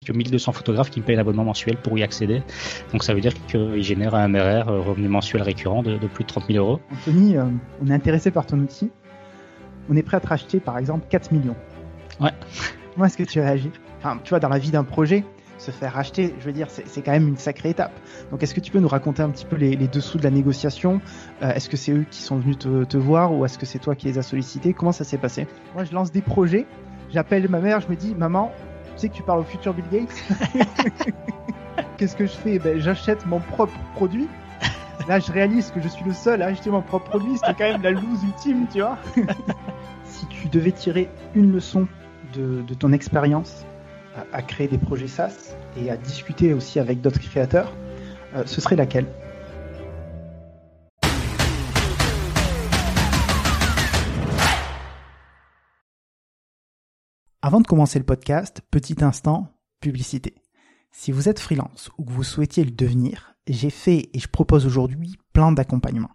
que 1200 photographes qui me payent un abonnement mensuel pour y accéder. Donc ça veut dire qu'ils génèrent un MRR, revenu mensuel récurrent, de plus de 30 000 euros. Anthony, on est intéressé par ton outil. On est prêt à te racheter, par exemple, 4 millions. Ouais. Comment est-ce que tu réagis ? Enfin, tu vois, dans la vie d'un projet, se faire racheter, je veux dire, c'est quand même une sacrée étape. Donc, est-ce que tu peux nous raconter un petit peu les dessous de la négociation ? Est-ce que c'est eux qui sont venus te voir ou est-ce que c'est toi qui les as sollicités ? Comment ça s'est passé ? Moi, je lance des projets, j'appelle ma mère, je me dis, maman, tu sais que tu parles au futur Bill Gates ? Qu'est-ce que je fais ? J'achète mon propre produit. Là, je réalise que je suis le seul à acheter mon propre produit, c'est quand même la loose ultime, tu vois. Si tu devais tirer une leçon de ton expérience à créer des projets SaaS et à discuter aussi avec d'autres créateurs, ce serait laquelle ? Avant de commencer le podcast, petit instant, publicité. Si vous êtes freelance ou que vous souhaitiez le devenir, j'ai fait et je propose aujourd'hui plein d'accompagnements.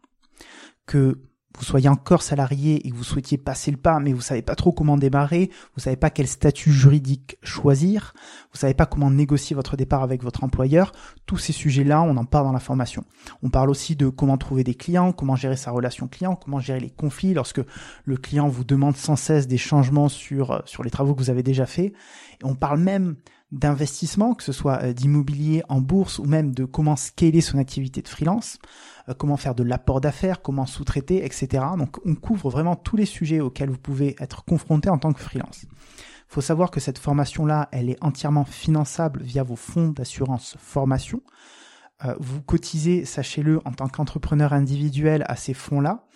Que vous soyez encore salarié et que vous souhaitiez passer le pas, mais vous savez pas trop comment démarrer, vous savez pas quel statut juridique choisir, vous savez pas comment négocier votre départ avec votre employeur, tous ces sujets-là, on en parle dans la formation. On parle aussi de comment trouver des clients, comment gérer sa relation client, comment gérer les conflits lorsque le client vous demande sans cesse des changements sur les travaux que vous avez déjà faits. Et on parle même d'investissement, que ce soit d'immobilier en bourse ou même de comment scaler son activité de freelance, comment faire de l'apport d'affaires, comment sous-traiter, etc. Donc on couvre vraiment tous les sujets auxquels vous pouvez être confronté en tant que freelance. Il faut savoir que cette formation-là, elle est entièrement finançable via vos fonds d'assurance formation. Vous cotisez, sachez-le, en tant qu'entrepreneur individuel à ces fonds-là.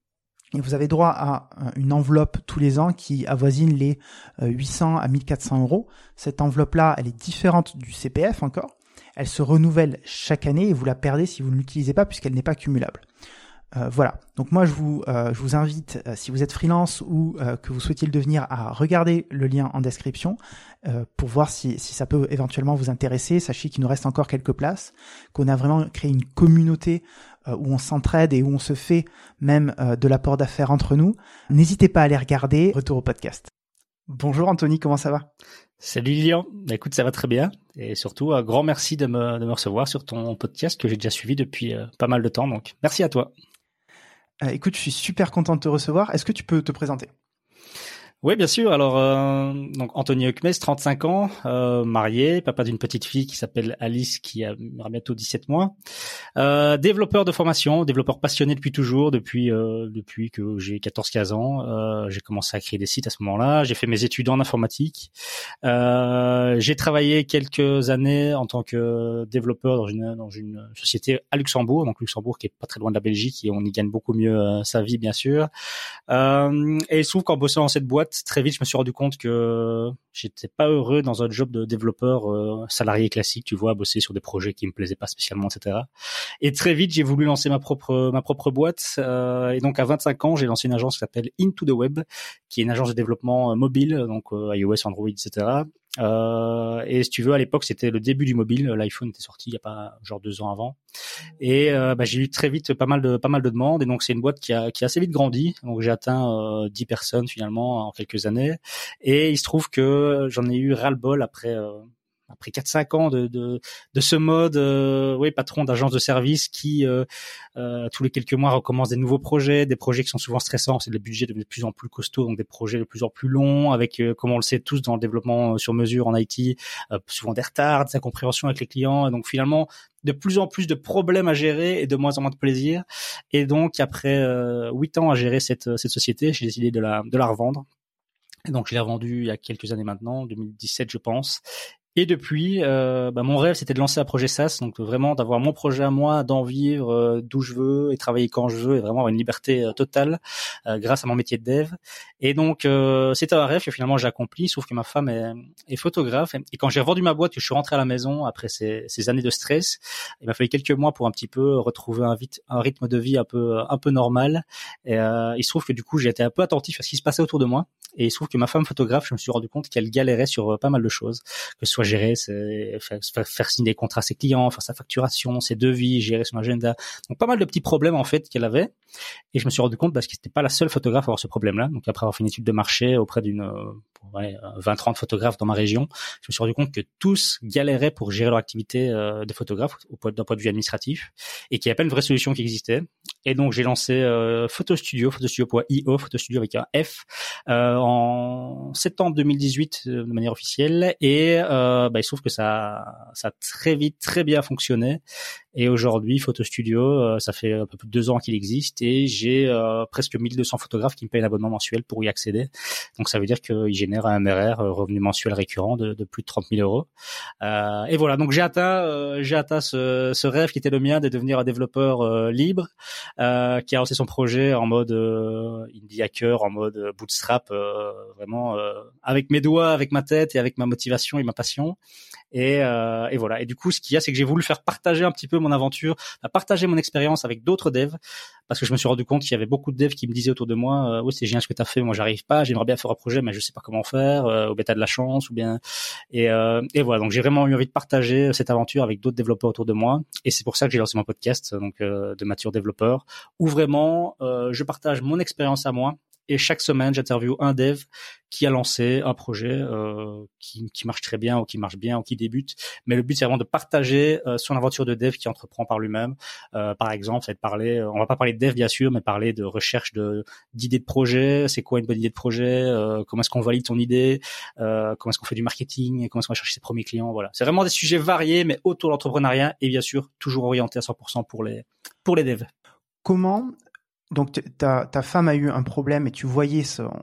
Et vous avez droit à une enveloppe tous les ans qui avoisine les 800 à 1400 euros. Cette enveloppe-là, elle est différente du CPF encore. Elle se renouvelle chaque année et vous la perdez si vous ne l'utilisez pas puisqu'elle n'est pas cumulable. Voilà. Donc moi, je vous invite, si vous êtes freelance ou que vous souhaitiez le devenir, à regarder le lien en description pour voir si ça peut éventuellement vous intéresser. Sachez qu'il nous reste encore quelques places, qu'on a vraiment créé une communauté où on s'entraide et où on se fait même de l'apport d'affaires entre nous. N'hésitez pas à les regarder. Retour au podcast. Bonjour Anthony, comment ça va ? Salut Lilian, écoute, ça va très bien. Et surtout, un grand merci de me recevoir sur ton podcast que j'ai déjà suivi depuis pas mal de temps. Donc, merci à toi. Écoute, je suis super content de te recevoir. Est-ce que tu peux te présenter ? Oui, bien sûr. Alors, donc Anthony Huckmes, 35 ans, marié, papa d'une petite fille qui s'appelle Alice, qui aura bientôt 17 mois. Développeur de formation, développeur passionné depuis toujours, depuis que j'ai 14-15 ans. J'ai commencé à créer des sites à ce moment-là. J'ai fait mes études en informatique. J'ai travaillé quelques années en tant que développeur dans une société à Luxembourg, donc Luxembourg qui est pas très loin de la Belgique et on y gagne beaucoup mieux sa vie, bien sûr. Et il se trouve qu'en bossant dans cette boîte, très vite, je me suis rendu compte que j'étais pas heureux dans un job de développeur salarié classique, tu vois, bosser sur des projets qui me plaisaient pas spécialement, etc. Et très vite, j'ai voulu lancer ma propre boîte. Et donc, à 25 ans, j'ai lancé une agence qui s'appelle Into the Web, qui est une agence de développement mobile, donc iOS, Android, etc. Et si tu veux, à l'époque, c'était le début du mobile. L'iPhone était sorti il y a pas genre 2 ans avant. Et j'ai eu très vite pas mal de demandes. Et donc, c'est une boîte qui a assez vite grandi. Donc, j'ai atteint 10 personnes finalement en quelques années. Et il se trouve que j'en ai eu ras-le-bol après 4-5 ans de ce mode, patron d'agence de service qui tous les quelques mois recommence des nouveaux projets, des projets qui sont souvent stressants, c'est des budgets de plus en plus costauds, donc des projets de plus en plus longs, avec comme on le sait tous dans le développement sur mesure en IT, souvent des retards, des incompréhensions avec les clients, et donc finalement de plus en plus de problèmes à gérer et de moins en moins de plaisir. Et donc après 8 ans à gérer cette société, j'ai décidé de la revendre. Et donc je l'ai revendue il y a quelques années maintenant, 2017 je pense. Et depuis, mon rêve, c'était de lancer un projet SaaS, donc vraiment d'avoir mon projet à moi, d'en vivre d'où je veux et travailler quand je veux et vraiment avoir une liberté totale grâce à mon métier de dev. Et donc, c'était un rêve que finalement j'ai accompli, sauf que ma femme est photographe. Et quand j'ai revendu ma boîte, que je suis rentré à la maison après ces années de stress, il m'a fallu quelques mois pour un petit peu retrouver un rythme de vie un peu normal. Et il se trouve que du coup, j'ai été un peu attentif à ce qui se passait autour de moi. Et il se trouve que ma femme photographe, je me suis rendu compte qu'elle galérait sur pas mal de choses, que ce soit gérer faire signer des contrats à ses clients, faire sa facturation, ses devis, gérer son agenda. Donc pas mal de petits problèmes en fait qu'elle avait. Et je me suis rendu compte parce que c'était pas la seule photographe à avoir ce problème-là. Donc après avoir fait une étude de marché auprès d'une 20-30 photographes dans ma région, je me suis rendu compte que tous galéraient pour gérer leur activité de photographe d'un point de vue administratif et qu'il y avait pas une vraie solution qui existait. Et donc j'ai lancé photostudio.io, photostudio avec un F, en septembre 2018 de manière officielle. Et il se trouve que ça a très vite, très bien fonctionné. Et aujourd'hui, Photostudio, ça fait un peu plus de 2 ans qu'il existe et j'ai presque 1200 photographes qui me payent un abonnement mensuel pour y accéder. Donc ça veut dire qu'il génère un MRR, revenu mensuel récurrent de plus de 30 000 euros. Et voilà, donc j'ai atteint ce rêve qui était le mien de devenir un développeur libre, qui a lancé son projet en mode indie hacker, en mode bootstrap, vraiment avec mes doigts, avec ma tête et avec ma motivation et ma passion. Et voilà. Et du coup, ce qu'il y a, c'est que j'ai voulu faire partager un petit peu mon aventure, partager mon expérience avec d'autres devs, parce que je me suis rendu compte qu'il y avait beaucoup de devs qui me disaient autour de moi, oui, c'est génial ce que t'as fait, moi j'arrive pas, j'aimerais bien faire un projet, mais je sais pas comment faire, ou bien t'as de la chance, ou bien. Et voilà. Donc j'ai vraiment eu envie de partager cette aventure avec d'autres développeurs autour de moi, et c'est pour ça que j'ai lancé mon podcast, donc de Mature Développeur, où vraiment je partage mon expérience à moi. Et chaque semaine, j'interviewe un dev qui a lancé un projet qui marche très bien ou qui marche bien ou qui débute. Mais le but, c'est vraiment de partager son aventure de dev qui entreprend par lui-même. Par exemple, ça va être parler, on va pas parler de dev bien sûr, mais parler de recherche d'idées de projet. C'est quoi une bonne idée de projet? Comment est-ce qu'on valide son idée? Comment est-ce qu'on fait du marketing? Comment est-ce qu'on va chercher ses premiers clients? Voilà. C'est vraiment des sujets variés, mais autour de l'entrepreneuriat et bien sûr toujours orientés à 100% pour les devs. Comment donc ta femme a eu un problème et tu voyais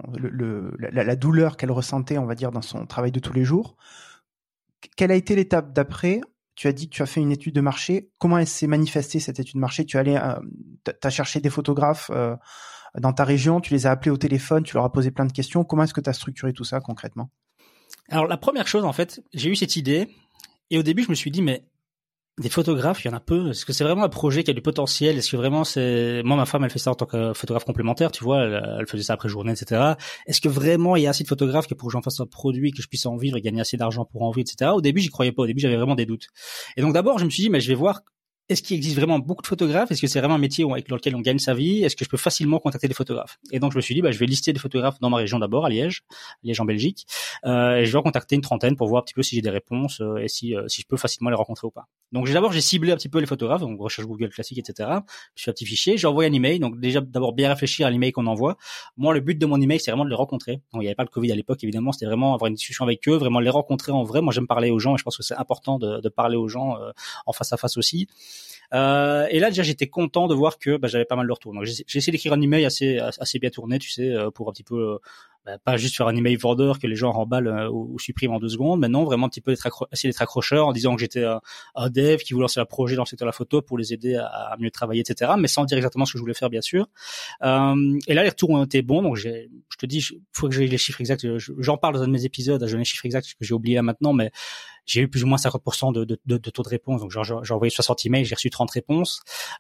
la douleur qu'elle ressentait, on va dire, dans son travail de tous les jours. Quelle a été l'étape d'après? Tu as dit que tu as fait une étude de marché. Comment elle s'est manifestée cette étude de marché? Tu as cherché des photographes dans ta région, tu les as appelés au téléphone, tu leur as posé plein de questions. Comment est-ce que tu as structuré tout ça concrètement? Alors la première chose, en fait, j'ai eu cette idée et au début je me suis dit mais des photographes, il y en a peu. Est-ce que c'est vraiment un projet qui a du potentiel? Est-ce que vraiment c'est... Moi, ma femme, elle fait ça en tant que photographe complémentaire, tu vois, elle faisait ça après journée, etc. Est-ce que vraiment il y a assez de photographes pour que j'en fasse un produit, que je puisse en vivre et gagner assez d'argent pour en vivre, etc. Au début, j'y croyais pas. Au début, j'avais vraiment des doutes. Et donc d'abord, je me suis dit, mais je vais voir. Est-ce qu'il existe vraiment beaucoup de photographes? Est-ce que c'est vraiment un métier avec lequel on gagne sa vie? Est-ce que je peux facilement contacter des photographes? Et donc je me suis dit, je vais lister des photographes dans ma région d'abord, à Liège en Belgique, et je vais en contacter une trentaine pour voir un petit peu si j'ai des réponses et si je peux facilement les rencontrer ou pas. Donc j'ai ciblé un petit peu les photographes, donc recherche Google classique, etc. Je fais un petit fichier, j'ai envoyé un email, donc déjà d'abord bien réfléchir à l'email qu'on envoie. Moi, le but de mon email, c'est vraiment de les rencontrer. Donc il n'y avait pas le Covid à l'époque, évidemment, c'était vraiment avoir une discussion avec eux, vraiment les rencontrer en vrai. Moi, j'aime parler aux gens et je pense que c'est important de parler aux gens en face à face aussi. Et là déjà j'étais content de voir que j'avais pas mal de retours. Donc j'ai essayé d'écrire un email assez bien tourné, tu sais, pour un petit peu pas juste faire un email vendeur que les gens remballent ou suppriment en 2 secondes, mais non, vraiment un petit peu essayer d'être accrocheur en disant que j'étais un dev qui voulait lancer un projet dans le secteur de la photo pour les aider à mieux travailler, etc. Mais sans dire exactement ce que je voulais faire, bien sûr. Et là, les retours ont été bons, donc je te dis, faut que j'ai les chiffres exacts. J'en parle dans un de mes épisodes, j'ai les chiffres exacts que j'ai oublié là maintenant, mais j'ai eu plus ou moins 50% de taux de réponse. Donc j'ai envoyé 60 emails, j'ai reçu 30 réponses.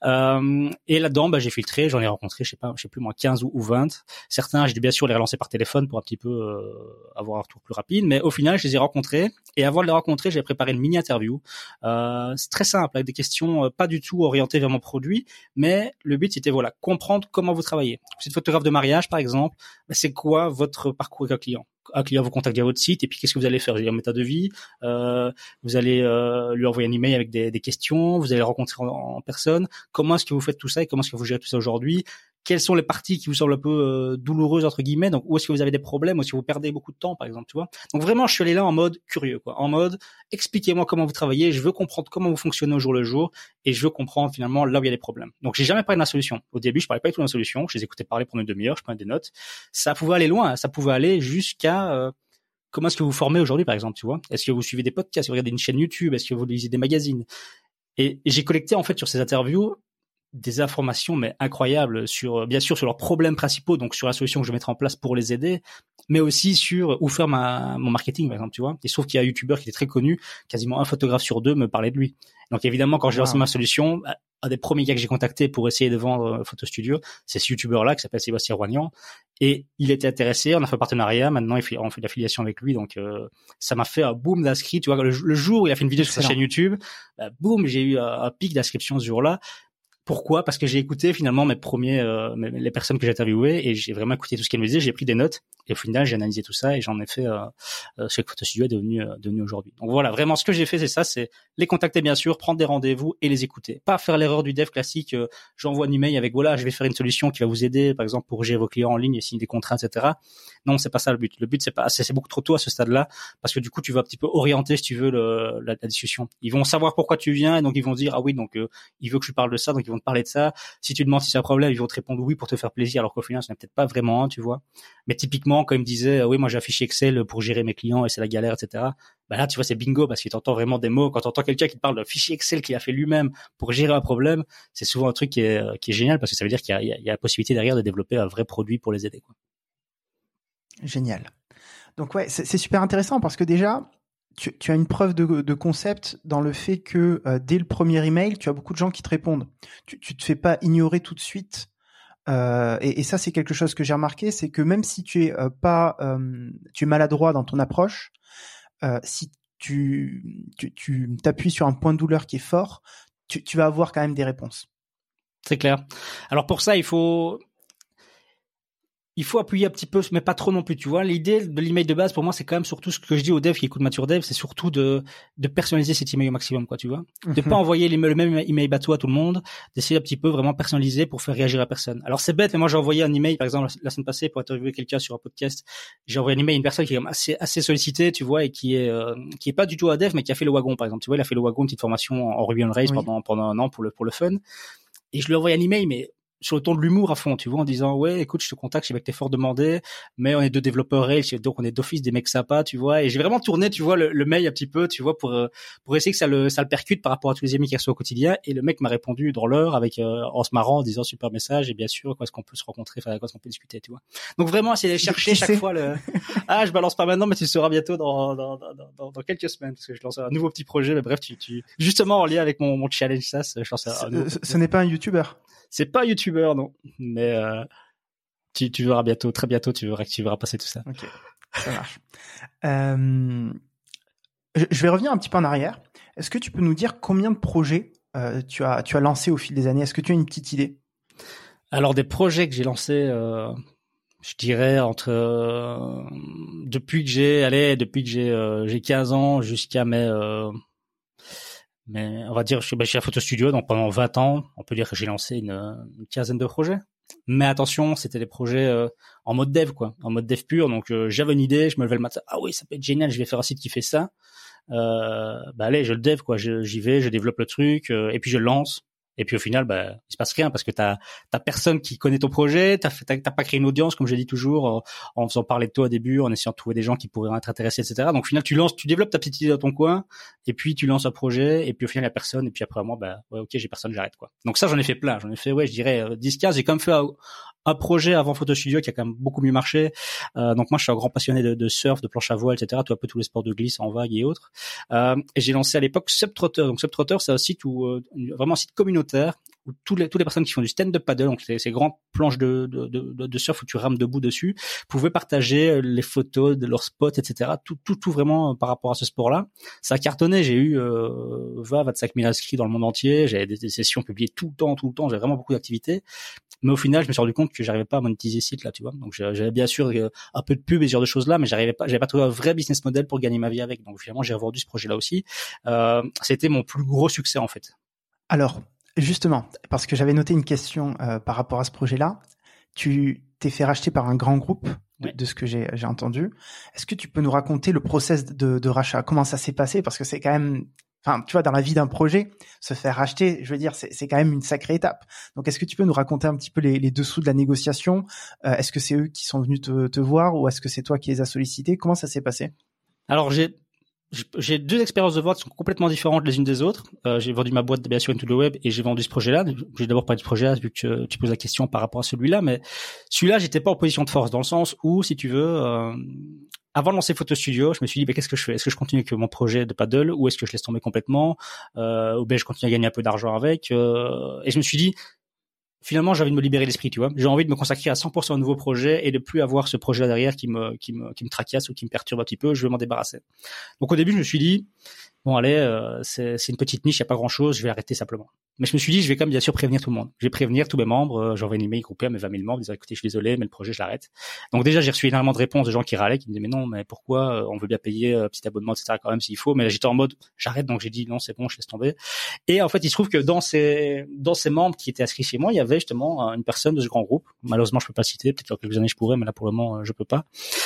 Et là-dedans, j'ai filtré, j'en ai rencontré, je sais plus moi, 15 ou 20. Certains, j'ai dû bien sûr les relancer par téléphone pour un petit peu avoir un retour plus rapide, mais au final, je les ai rencontrés. Et avant de les rencontrer, j'ai préparé une mini-interview. C'est très simple, avec des questions pas du tout orientées vers mon produit, mais le but c'était comprendre comment vous travaillez. Vous êtes photographe de mariage, par exemple, c'est quoi votre parcours avec un client? Un client vous contacte via votre site et puis qu'est-ce que vous allez faire? Vous allez mettre un devis, vous allez lui envoyer un email avec des questions, vous allez le rencontrer en personne. Comment est-ce que vous faites tout ça et comment est-ce que vous gérez tout ça aujourd'hui? Quelles sont les parties qui vous semblent un peu douloureuses entre guillemets? Donc où est-ce que vous avez des problèmes, où est-ce que vous perdez beaucoup de temps par exemple, tu vois? Donc vraiment je suis allé là en mode curieux, en mode expliquez-moi comment vous travaillez, je veux comprendre comment vous fonctionnez au jour le jour et je veux comprendre finalement là où il y a des problèmes. Donc j'ai jamais parlé de la solution. Au début je parlais pas du tout de la solution, je les écoutais parler pendant une demi-heure, je prenais des notes. Ça pouvait aller loin, ça pouvait aller jusqu'à comment est-ce que vous formez aujourd'hui par exemple, tu vois? Est-ce que vous suivez des podcasts, est-ce que vous regardez une chaîne YouTube, est-ce que vous lisez des magazines? Et j'ai collecté en fait sur ces interviews des informations mais incroyables sur, bien sûr, sur leurs problèmes principaux, donc sur la solution que je mettrai en place pour les aider, mais aussi sur où faire mon marketing, par exemple, tu vois. Il se trouve qu'il y a un YouTuber qui était très connu, quasiment un photographe sur deux me parlait de lui. Donc évidemment, quand j'ai lancé ma solution, un des premiers gars que j'ai contacté pour essayer de vendre Photo Studio, c'est ce YouTuber-là qui s'appelle Sébastien Roignan, et il était intéressé. On a fait un partenariat. Maintenant, on fait de l'affiliation avec lui, donc ça m'a fait un boom d'inscrits. Tu vois, le jour où il a fait une vidéo sur sa chaîne YouTube, boum, j'ai eu un pic d'inscriptions ce jour-là. Pourquoi? Parce que j'ai écouté finalement les personnes que j'ai interviewées et j'ai vraiment écouté tout ce qu'elles me disaient. J'ai pris des notes et au final j'ai analysé tout ça et j'en ai fait ce que Photo Studio est devenu aujourd'hui. Donc voilà, vraiment ce que j'ai fait c'est ça, c'est les contacter bien sûr, prendre des rendez-vous et les écouter. Pas faire l'erreur du dev classique. J'envoie un email avec voilà, je vais faire une solution qui va vous aider, par exemple pour gérer vos clients en ligne et signer des contrats, etc. Non, c'est pas ça le but. Le but c'est beaucoup trop tôt à ce stade-là parce que du coup tu vas un petit peu orienter si tu veux la discussion. Ils vont savoir pourquoi tu viens et donc ils vont se dire ah oui donc il veut que je parle de ça donc ils vont te parler de ça. Si tu demandes si c'est un problème, ils vont te répondre oui pour te faire plaisir, alors qu'au final, ce n'est peut-être pas vraiment un, tu vois. Mais typiquement, quand ils me disaient, oui, moi j'ai un fichier Excel pour gérer mes clients et c'est la galère, etc. Bah là, tu vois, c'est bingo parce qu'il t'entend vraiment des mots. Quand t'entends quelqu'un qui te parle d'un fichier Excel qu'il a fait lui-même pour gérer un problème, c'est souvent un truc qui est génial parce que ça veut dire qu'il y a la possibilité derrière de développer un vrai produit pour les aider, quoi. Génial. Donc ouais, c'est super intéressant parce que déjà, tu as une preuve de concept dans le fait que dès le premier email, tu as beaucoup de gens qui te répondent. Tu te fais pas ignorer tout de suite. Et ça, c'est quelque chose que j'ai remarqué, c'est que même si tu es tu es maladroit dans ton approche, si tu t'appuies sur un point de douleur qui est fort, tu vas avoir quand même des réponses. C'est clair. Alors pour ça, il faut appuyer un petit peu, mais pas trop non plus, tu vois. L'idée de l'email de base, pour moi, c'est quand même surtout ce que je dis aux devs qui écoutent Mature Dev, c'est surtout de personnaliser cet email au maximum, quoi, tu vois. De pas envoyer le même email bateau à tout le monde, d'essayer un petit peu vraiment personnaliser pour faire réagir la personne. Alors c'est bête, mais moi j'ai envoyé un email, par exemple, la semaine passée pour interviewer quelqu'un sur un podcast. J'ai envoyé un email à une personne qui est assez sollicitée, tu vois, et qui est pas du tout un dev, mais qui a fait le wagon, par exemple. Tu vois, il a fait le wagon, une petite formation en Ruby on Rails pendant un an pour le fun. Et je lui ai envoyé un email, mais sur le ton de l'humour à fond, tu vois, en disant ouais, écoute, je te contacte, je sais que t'es fort demandé, mais on est deux développeurs Rails, donc on est d'office des mecs sympas, tu vois. Et j'ai vraiment tourné, tu vois, le mail un petit peu, tu vois, pour essayer que ça le percute par rapport à tous les emails qu'il reçoit au quotidien. Et le mec m'a répondu dans l'heure avec en se marrant, en disant super message et bien sûr, quoi, est-ce qu'on peut se rencontrer, enfin, quoi, est-ce qu'on peut discuter, tu vois. Donc vraiment, essayer de chercher chaque fois je balance pas maintenant, mais tu le sauras bientôt dans quelques semaines parce que je lance un nouveau petit projet. Mais bref, justement en lien avec mon challenge SaaS, je lance ce n'est pas un YouTuber. C'est pas YouTuber, non. Mais tu verras bientôt, très bientôt, tu verras passer tout ça. Ok, ça marche. Je vais revenir un petit peu en arrière. Est-ce que tu peux nous dire combien de projets tu as lancé au fil des années? Est-ce que tu as une petite idée? Alors des projets que j'ai lancés, je dirais depuis que j'ai 15 ans jusqu'à mais on va dire, je suis à Photo Studio, donc pendant 20 ans, on peut dire que j'ai lancé une quinzaine de projets. Mais attention, c'était des projets en mode dev, quoi, en mode dev pur. Donc j'avais une idée, je me levais le matin, ah oui, ça peut être génial, je vais faire un site qui fait ça. Allez, je le dev, quoi, j'y vais, je développe le truc, et puis je le lance. Et puis au final, il se passe rien parce que t'as personne qui connaît ton projet, t'as pas créé une audience, comme j'ai dit toujours, en faisant parler de toi au début, en essayant de trouver des gens qui pourraient être intéressés, etc. Donc au final, tu développes ta petite idée dans ton coin, et puis tu lances un projet, et puis au final, il y a personne, et puis après moi, ouais, ok, j'ai personne, j'arrête, quoi. Donc ça, j'en ai fait plein, ouais, je dirais 10-15, j'ai quand même fait un projet avant Photo Studio qui a quand même beaucoup mieux marché. Donc moi, je suis un grand passionné de surf, de planche à voile, etc. Tout un peu tous les sports de glisse en vague et autres. Et j'ai lancé à l'époque Subtrotter. Donc Subtrotter, c'est un site vraiment un site communautaire où toutes les personnes qui font du stand-up paddle, donc ces grandes planches de surf où tu rames debout dessus, pouvaient partager les photos de leurs spots, etc. Tout vraiment par rapport à ce sport-là. Ça a cartonné. J'ai eu 25 000 inscrits dans le monde entier. J'avais des sessions publiées tout le temps. J'avais vraiment beaucoup d'activités. Mais au final, je me suis rendu compte que j'arrivais pas à monétiser ce site-là, tu vois. Donc j'avais bien sûr un peu de pub et ce genre de choses-là, mais j'avais pas trouvé un vrai business model pour gagner ma vie avec. Donc finalement, j'ai revendu ce projet-là aussi. C'était mon plus gros succès en fait. Alors, justement, parce que j'avais noté une question par rapport à ce projet-là. Tu t'es fait racheter par un grand groupe de ce que j'ai entendu. Est-ce que tu peux nous raconter le process de rachat? Comment ça s'est passé? Parce que c'est quand même... Enfin, tu vois, dans la vie d'un projet, se faire racheter, je veux dire, c'est quand même une sacrée étape. Donc, est-ce que tu peux nous raconter un petit peu les dessous de la négociation? Est-ce que c'est eux qui sont venus te voir ou est-ce que c'est toi qui les as sollicités? Comment ça s'est passé? Alors, j'ai 2 expériences de vente qui sont complètement différentes les unes des autres. J'ai vendu ma boîte bien sûr Into the Web et j'ai vendu ce projet-là. J'ai d'abord parlé de ce projet-là vu que tu poses la question par rapport à celui-là, mais celui-là, j'étais pas en position de force dans le sens où, si tu veux, avant de lancer Photo Studio, je me suis dit, qu'est-ce que je fais? Est-ce que je continue avec mon projet de paddle ou est-ce que je laisse tomber complètement, ou bien je continue à gagner un peu d'argent avec, et je me suis dit, finalement, j'ai envie de me libérer l'esprit, tu vois. J'ai envie de me consacrer à 100% au nouveau projet et de plus avoir ce projet-là derrière qui me tracasse ou qui me perturbe un petit peu. Je vais m'en débarrasser. Donc, au début, je me suis dit, bon, allez, c'est une petite niche, il n'y a pas grand-chose, je vais arrêter simplement. Mais je me suis dit, je vais quand même bien sûr prévenir tout le monde. Je vais prévenir tous mes membres, j'envoie un email groupé à mes 20 000 membres, disant, écoutez, je suis désolé, mais le projet, je l'arrête. Donc déjà, j'ai reçu énormément de réponses de gens qui râlaient, qui me disaient, mais non, mais pourquoi, on veut bien payer petit abonnement, etc. quand même s'il faut. Mais là, j'étais en mode, j'arrête, donc j'ai dit, non, c'est bon, je laisse tomber. Et en fait, il se trouve que dans ces membres qui étaient inscrits chez moi, il y avait justement une personne de ce grand groupe. Malheureusement, je peux pas citer, peut-être dans quelques années je pourrais, mais là, pour le moment, je peux pas.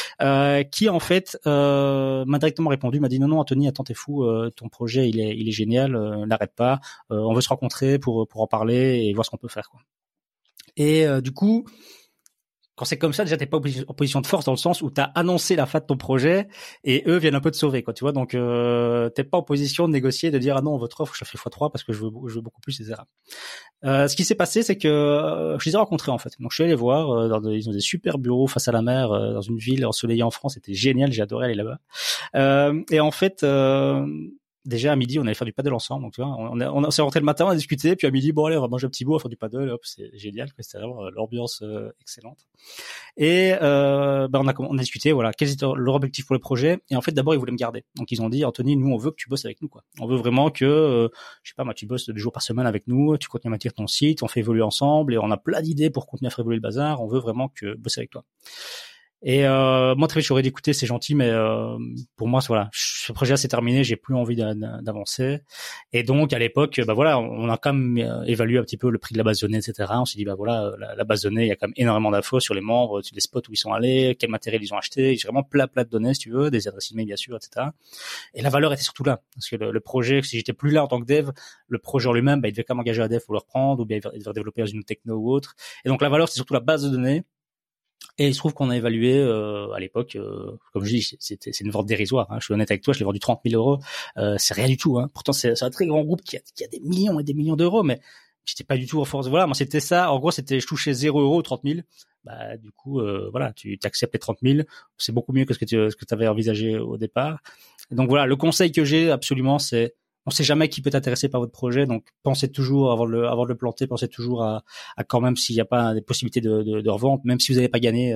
Qui en fait m'a directement répondu, m'a dit non Anthony, attends, t'es fou, ton projet il est génial, n'arrête pas, on veut se rencontrer pour en parler et voir ce qu'on peut faire quoi. Et du coup, quand c'est comme ça, déjà t'es pas en position de force dans le sens où t'as annoncé la fin de ton projet et eux viennent un peu te sauver quoi, tu vois. Donc t'es pas en position de négocier, de dire ah non votre offre je la fais x3 parce que je veux beaucoup plus, etc. Ce qui s'est passé, c'est que je les ai rencontrés en fait. Donc je suis allé les voir. Ils ont des super bureaux face à la mer dans une ville ensoleillée en France. C'était génial, j'ai adoré aller là-bas. Et en fait, déjà à midi, on allait faire du paddle ensemble. Donc tu vois, on s'est rentré le matin, on a discuté, puis à midi, bon allez, on va manger un petit bout, on va faire du paddle. Hop, c'est génial, quoi. C'était vraiment l'ambiance excellente. Et on a discuté, voilà, quel était leur objectif pour le projet. Et en fait, d'abord, ils voulaient me garder. Donc ils ont dit, Anthony, nous, on veut que tu bosses avec nous, quoi. On veut vraiment que, je sais pas, moi, tu bosses 2 jours par semaine avec nous, tu continues à maintenir ton site, on fait évoluer ensemble, et on a plein d'idées pour continuer à faire évoluer le bazar. On veut vraiment que bosser avec toi. Et moi très vite j'aurais dit écoutez c'est gentil mais pour moi voilà ce projet-là c'est terminé, j'ai plus envie d'avancer. Et donc à l'époque voilà on a quand même évalué un petit peu le prix de la base de données, etc. On s'est dit voilà la base de données il y a quand même énormément d'infos sur les membres, sur les spots où ils sont allés, quel matériel ils ont acheté, j'ai vraiment plein de données si tu veux, des adresses email bien sûr, etc. Et la valeur était surtout là parce que le projet, si j'étais plus là en tant que dev, le projet en lui-même il devait quand même engager un dev pour le reprendre ou bien il devait développer une techno ou autre. Et donc la valeur c'est surtout la base de données. Et il se trouve qu'on a évalué à l'époque, comme je dis, c'est une vente dérisoire. Hein. Je suis honnête avec toi, je l'ai vendu 30 000 euros. C'est rien du tout. Hein. Pourtant, c'est un très grand groupe qui a des millions et des millions d'euros, mais j'étais pas du tout en force. Voilà, moi c'était ça. En gros, je touchais 0 euros, 30 000. Bah du coup, voilà, tu acceptes les 30 000. C'est beaucoup mieux que ce que tu avais envisagé au départ. Et donc voilà, le conseil que j'ai absolument, c'est on sait jamais qui peut t'intéresser par votre projet, donc pensez toujours avant de le planter, pensez toujours à quand même s'il n'y a pas des possibilités de revente, même si vous n'avez pas gagné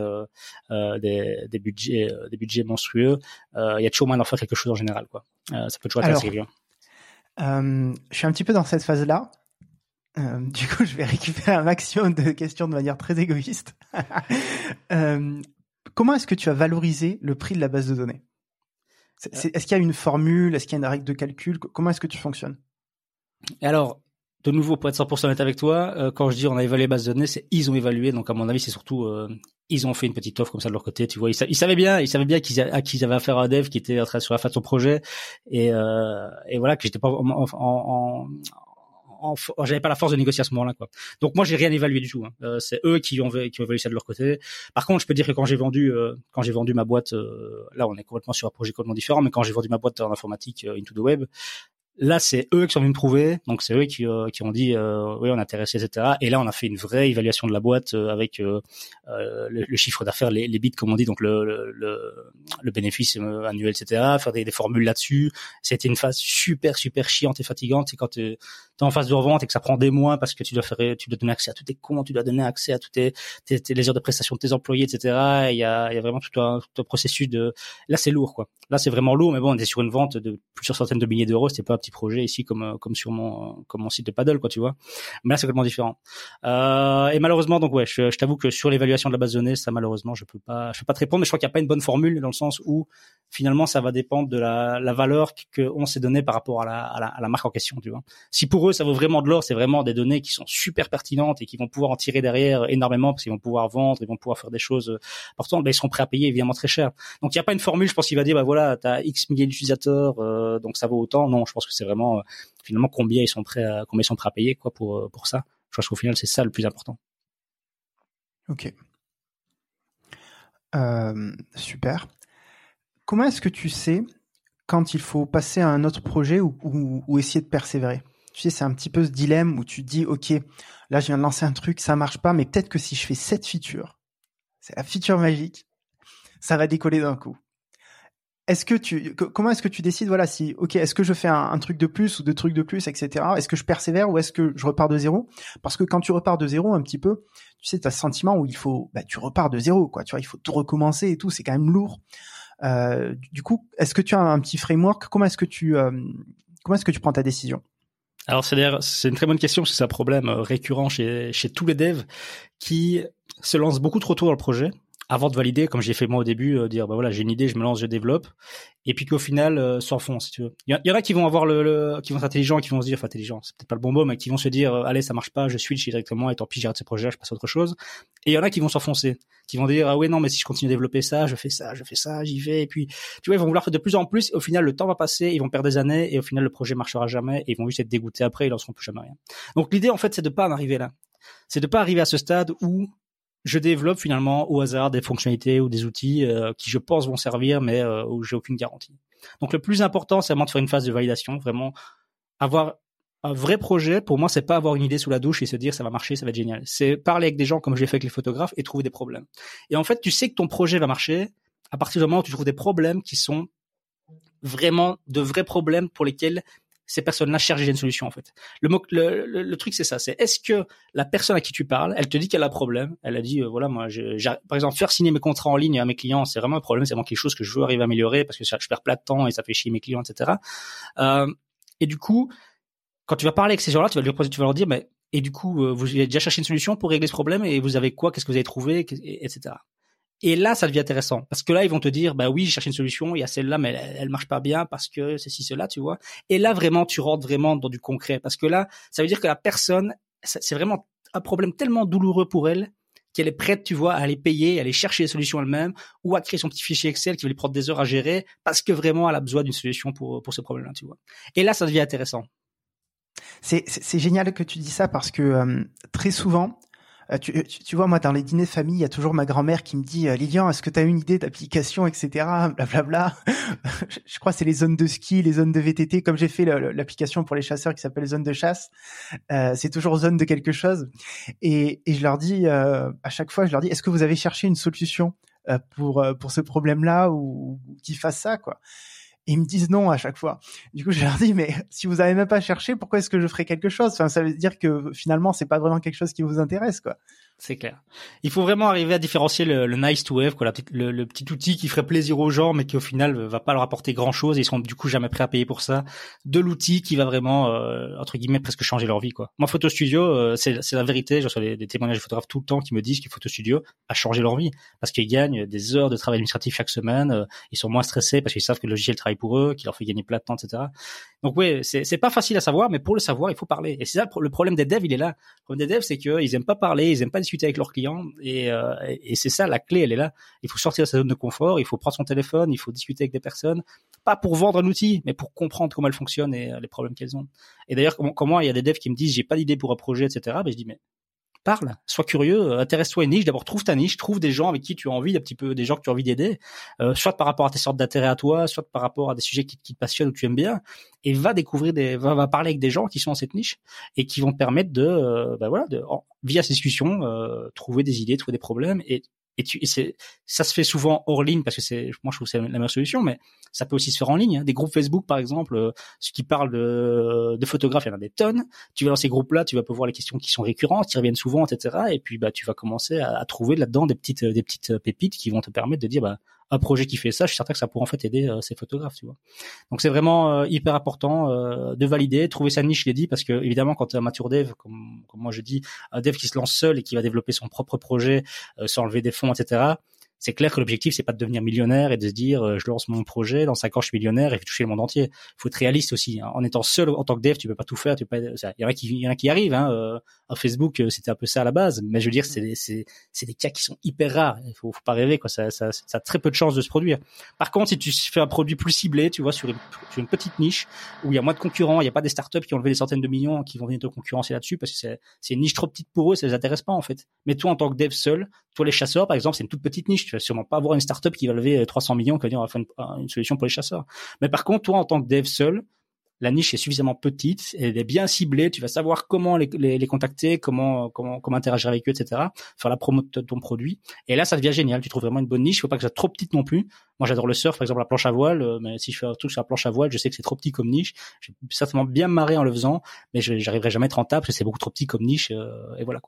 des budgets monstrueux, il y a toujours moyen d'en faire quelque chose en général quoi. Ça peut toujours être assez bien. Je suis un petit peu dans cette phase-là. Du coup, je vais récupérer un maximum de questions de manière très égoïste. Comment est-ce que tu as valorisé le prix de la base de données ? Est-ce qu'il y a une formule? Est-ce qu'il y a une règle de calcul? Comment est-ce que tu fonctionnes? Alors, de nouveau, pour être 100% honnête avec toi, quand je dis on a évalué la base de données, c'est ils ont évalué. Donc, à mon avis, c'est surtout ils ont fait une petite offre comme ça de leur côté. Tu vois, ils savaient bien à qui ils avaient affaire à un dev qui était en train sur la fin de son projet et voilà que j'étais pas j'avais pas la force de négocier à ce moment-là, quoi. Donc moi j'ai rien évalué du tout. Hein. C'est eux qui ont évalué ça de leur côté. Par contre, je peux dire que quand j'ai vendu ma boîte, là on est complètement sur un projet complètement différent, mais quand j'ai vendu ma boîte en informatique Into the Web, là c'est eux qui sont venus me prouver, donc c'est eux qui ont dit oui on est intéressé, etc. Et là on a fait une vraie évaluation de la boîte avec le chiffre d'affaires, les bits comme on dit, donc le bénéfice annuel, etc. Faire des formules là-dessus. C'était une phase super chiante et fatigante. C'est quand t'es en phase de revente et que ça prend des mois parce que tu dois donner accès à tous tes comptes, tu dois donner accès à toutes les heures de prestation de tes employés, etc. Il y a vraiment tout un processus de. Là c'est lourd quoi. Là c'est vraiment lourd, mais bon on est sur une vente de plusieurs centaines de milliers d'euros. C'était pas un petit projet ici comme sur mon site de paddle quoi, tu vois. Mais là c'est complètement différent. Et malheureusement donc ouais, je t'avoue que sur l'évaluation de la base de données, ça malheureusement je peux pas te répondre, mais je crois qu'il y a pas une bonne formule dans le sens où finalement ça va dépendre de la valeur qu'on s'est donnée par rapport à la marque en question, tu vois. Si pour eux ça vaut vraiment de l'or, c'est vraiment des données qui sont super pertinentes et qui vont pouvoir en tirer derrière énormément parce qu'ils vont pouvoir vendre, ils vont pouvoir faire des choses importantes, ben ils seront prêts à payer évidemment très cher. Donc il y a pas une formule, je pense qu'il va dire bah voilà, tu as X milliers d'utilisateurs donc ça vaut autant. Non, je pense que c'est vraiment finalement combien ils sont prêts à payer quoi pour ça. Je pense qu'au final c'est ça le plus important. OK. Super. Comment est-ce que tu sais quand il faut passer à un autre projet ou essayer de persévérer? Tu sais, c'est un petit peu ce dilemme où tu te dis, OK, là, je viens de lancer un truc, ça marche pas, mais peut-être que si je fais cette feature, c'est la feature magique, ça va décoller d'un coup. Comment est-ce que tu décides, voilà, si, OK, est-ce que je fais un truc de plus ou deux trucs de plus, etc. Est-ce que je persévère ou est-ce que je repars de zéro? Parce que quand tu repars de zéro un petit peu, tu sais, t'as ce sentiment où tu repars de zéro, quoi. Tu vois, il faut tout recommencer et tout, c'est quand même lourd. Du coup, est-ce que tu as un petit framework? Comment est-ce que tu prends ta décision? Alors c'est une très bonne question parce que c'est un problème récurrent chez tous les devs qui se lancent beaucoup trop tôt dans le projet avant de valider, comme j'ai fait moi au début, dire bah voilà, j'ai une idée, je me lance, je développe, et puis qu'au final s'enfonce, si tu veux. Il y en a qui vont avoir qui vont être intelligents, qui vont se dire, enfin intelligents, c'est peut-être pas le bon mot, mais qui vont se dire allez, ça marche pas, je switch directement et tant pis, j'arrête ce projet, je passe à autre chose. Et il y en a qui vont s'enfoncer, qui vont dire ah ouais non, mais si je continue à développer ça, je fais ça, j'y vais, et puis tu vois, ils vont vouloir faire de plus en plus, et au final le temps va passer, ils vont perdre des années, et au final le projet marchera jamais, et ils vont juste être dégoûtés après, ils lanceront plus jamais rien. Donc l'idée en fait, c'est de pas en arriver là. C'est de pas arriver à ce stade où je développe finalement au hasard des fonctionnalités ou des outils qui je pense vont servir, mais où j'ai aucune garantie. Donc le plus important, c'est vraiment de faire une phase de validation, vraiment avoir un vrai projet. Pour moi, c'est pas avoir une idée sous la douche et se dire ça va marcher, ça va être génial. C'est parler avec des gens comme j'ai fait avec les photographes et trouver des problèmes. Et en fait, tu sais que ton projet va marcher à partir du moment où tu trouves des problèmes qui sont vraiment de vrais problèmes pour lesquels ces personnes-là cherchent une solution en fait. Le truc c'est ça, c'est est-ce que la personne à qui tu parles, elle te dit qu'elle a un problème, elle a dit voilà moi par exemple faire signer mes contrats en ligne à mes clients, c'est vraiment un problème, c'est vraiment quelque chose que je veux arriver à améliorer parce que je perds plein de temps et ça fait chier mes clients, etc. Et du coup, quand tu vas parler avec ces gens-là, tu vas leur dire mais et du coup vous avez déjà cherché une solution pour régler ce problème et vous avez quoi, qu'est-ce que vous avez trouvé, etc. Et là, ça devient intéressant. Parce que là, ils vont te dire, bah oui, j'ai cherché une solution, il y a celle-là, mais elle marche pas bien parce que ceci, cela, tu vois. Et là, vraiment, tu rentres vraiment dans du concret. Parce que là, ça veut dire que la personne, c'est vraiment un problème tellement douloureux pour elle qu'elle est prête, tu vois, à aller payer, à aller chercher des solutions elle-même ou à créer son petit fichier Excel qui va lui prendre des heures à gérer parce que vraiment, elle a besoin d'une solution pour ce problème-là, tu vois. Et là, ça devient intéressant. C'est génial que tu dis ça parce que très souvent, tu vois, moi, dans les dîners de famille, il y a toujours ma grand-mère qui me dit Lilian, est-ce que tu as une idée d'application, etc. Blablabla. Je crois que c'est les zones de ski, les zones de VTT, comme j'ai fait l'application pour les chasseurs qui s'appelle Zone de chasse. C'est toujours zone de quelque chose. Et je leur dis, à chaque fois, je leur dis, est-ce que vous avez cherché une solution pour ce problème-là ou qui fasse ça, quoi. Et ils me disent non à chaque fois. Du coup, je leur dis, mais si vous avez même pas cherché, pourquoi est-ce que je ferais quelque chose? Enfin, ça veut dire que finalement, c'est pas vraiment quelque chose qui vous intéresse, quoi. C'est clair. Il faut vraiment arriver à différencier le nice to have, quoi, le petit outil qui ferait plaisir aux gens, mais qui au final va pas leur apporter grand chose et ils sont du coup jamais prêts à payer pour ça, de l'outil qui va vraiment, entre guillemets, presque changer leur vie, quoi. Moi, Photo Studio, c'est la vérité. Je reçois des témoignages de photographes tout le temps qui me disent que Photo Studio a changé leur vie parce qu'ils gagnent des heures de travail administratif chaque semaine, ils sont moins stressés parce qu'ils savent que le logiciel travaille pour eux, qu'il leur fait gagner plein de temps, etc. Donc ouais, c'est pas facile à savoir, mais pour le savoir, il faut parler. Et c'est ça le problème des devs, il est là. Le problème des devs, c'est qu'ils aiment pas parler, ils aiment pas discuter avec leurs clients, et c'est ça, la clé, elle est là. Il faut sortir de sa zone de confort, il faut prendre son téléphone, il faut discuter avec des personnes, pas pour vendre un outil, mais pour comprendre comment elle fonctionne et les problèmes qu'elles ont. Et d'ailleurs, comment il y a des devs qui me disent j'ai pas d'idée pour un projet, etc. Ben je dis mais parle, sois curieux, intéresse-toi à une niche. D'abord, trouve ta niche, trouve des gens avec qui tu as envie, des gens que tu as envie d'aider, soit par rapport à tes sortes d'intérêts à toi, soit par rapport à des sujets qui te passionnent ou que tu aimes bien, et va découvrir va parler avec des gens qui sont dans cette niche et qui vont te permettre de, via ces discussions, trouver des idées, trouver des problèmes ça se fait souvent hors ligne parce que moi je trouve que c'est la meilleure solution, mais ça peut aussi se faire en ligne, hein. Des groupes Facebook par exemple, ceux qui parlent de photographes, il y en a des tonnes. Tu vas dans ces groupes-là, tu vas pouvoir voir les questions qui sont récurrentes, qui reviennent souvent, etc. Et puis tu vas commencer à trouver là-dedans des petites pépites qui vont te permettre de dire un projet qui fait ça, je suis certain que ça pourrait en fait aider ces photographes, tu vois. Donc c'est vraiment hyper important de valider, trouver sa niche, je l'ai dit, parce que évidemment quand tu es un mature dev, comme moi je dis, un dev qui se lance seul et qui va développer son propre projet sans lever des fonds, etc. C'est clair que l'objectif, c'est pas de devenir millionnaire et de se dire, je lance mon projet, dans 5 ans, je suis millionnaire et je vais toucher le monde entier. Faut être réaliste aussi, hein. En étant seul en tant que dev, tu peux pas tout faire, il y en a qui arrivent, hein. À Facebook, c'était un peu ça à la base, mais je veux dire, c'est des cas qui sont hyper rares. Il faut pas rêver, quoi. Ça a très peu de chances de se produire. Par contre, si tu fais un produit plus ciblé, tu vois, sur une petite niche où il y a moins de concurrents, il y a pas des startups qui ont levé des centaines de millions qui vont venir te concurrencer là-dessus parce que c'est une niche trop petite pour eux, ça les intéresse pas, en fait. Mais toi, en tant que dev seul, toi, les chasseurs, par exemple, c'est une toute petite niche. vais sûrement pas avoir une startup qui va lever 300 millions, qui va dire on va faire une solution pour les chasseurs. Mais par contre, toi, en tant que dev seul, la niche est suffisamment petite, elle est bien ciblée, tu vas savoir comment les contacter, comment interagir avec eux, etc. Faire la promo de ton produit. Et là, ça devient génial. Tu trouves vraiment une bonne niche. Il faut pas que ça soit trop petite non plus. Moi, j'adore le surf, par exemple, la planche à voile. Mais si je fais un truc sur la planche à voile, je sais que c'est trop petit comme niche. J'ai certainement bien marré en le faisant, mais j'arriverai jamais à être rentable parce que c'est beaucoup trop petit comme niche. Et voilà, quoi.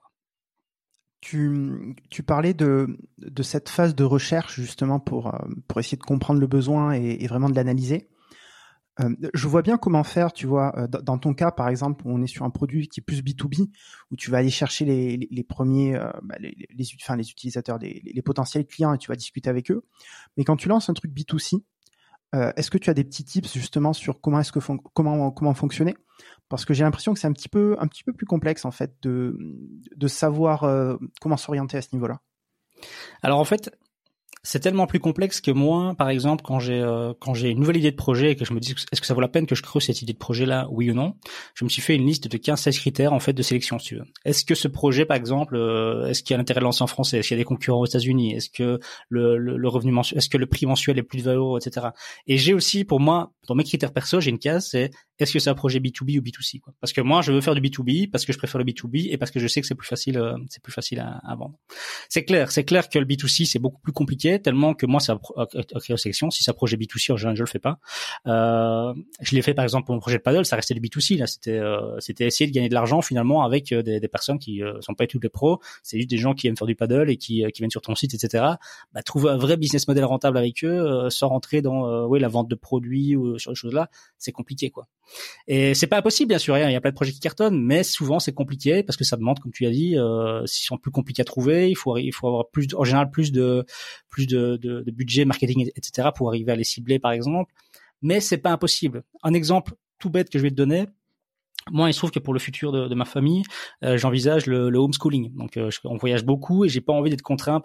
Tu parlais de cette phase de recherche justement pour essayer de comprendre le besoin et vraiment de l'analyser. Je vois bien comment faire, tu vois, dans ton cas, par exemple, on est sur un produit qui est plus B2B, où tu vas aller chercher les premiers, les utilisateurs, les potentiels clients et tu vas discuter avec eux. Mais quand tu lances un truc B2C, est-ce que tu as des petits tips justement sur comment fonctionner? Parce que j'ai l'impression que c'est un petit peu plus complexe en fait de savoir comment s'orienter à ce niveau-là. Alors en fait, c'est tellement plus complexe que moi, par exemple, quand j'ai une nouvelle idée de projet et que je me dis est-ce que ça vaut la peine que je creuse cette idée de projet-là, oui ou non, je me suis fait une liste de 15-16 critères en fait de sélection, si tu veux. Est-ce que ce projet, par exemple, est-ce qu'il y a l'intérêt de lancer en français, est-ce qu'il y a des concurrents aux États-Unis, est-ce que le revenu mensuel, est-ce que le prix mensuel est plus de 20 €, etc. Et j'ai aussi, pour moi, dans mes critères perso, j'ai une case, c'est est-ce que c'est un projet B2B ou B2C, quoi. Parce que moi, je veux faire du B2B parce que je préfère le B2B et parce que je sais que c'est plus facile à vendre. C'est clair que le B2C c'est beaucoup plus compliqué, tellement que moi, ça a créé sélection. Si c'est un projet B2C, en général, je le fais pas. Je l'ai fait par exemple pour mon projet de paddle, ça restait du B2C. Là, c'était essayer de gagner de l'argent finalement avec des personnes qui sont pas tous les pros. C'est juste des gens qui aiment faire du paddle et qui viennent sur ton site, etc. Bah, trouver un vrai business model rentable avec eux, sans rentrer dans la vente de produits ou sur les choses là, c'est compliqué, quoi. Et c'est pas impossible, bien sûr. Il y a plein de projets qui cartonnent, mais souvent c'est compliqué parce que ça demande, comme tu as dit, s'ils sont plus compliqués à trouver, il faut avoir en général plus de budget marketing, etc. pour arriver à les cibler, par exemple. Mais c'est pas impossible. Un exemple tout bête que je vais te donner. Moi, il se trouve que pour le futur de ma famille, j'envisage le homeschooling. Donc, on voyage beaucoup et j'ai pas envie d'être contraint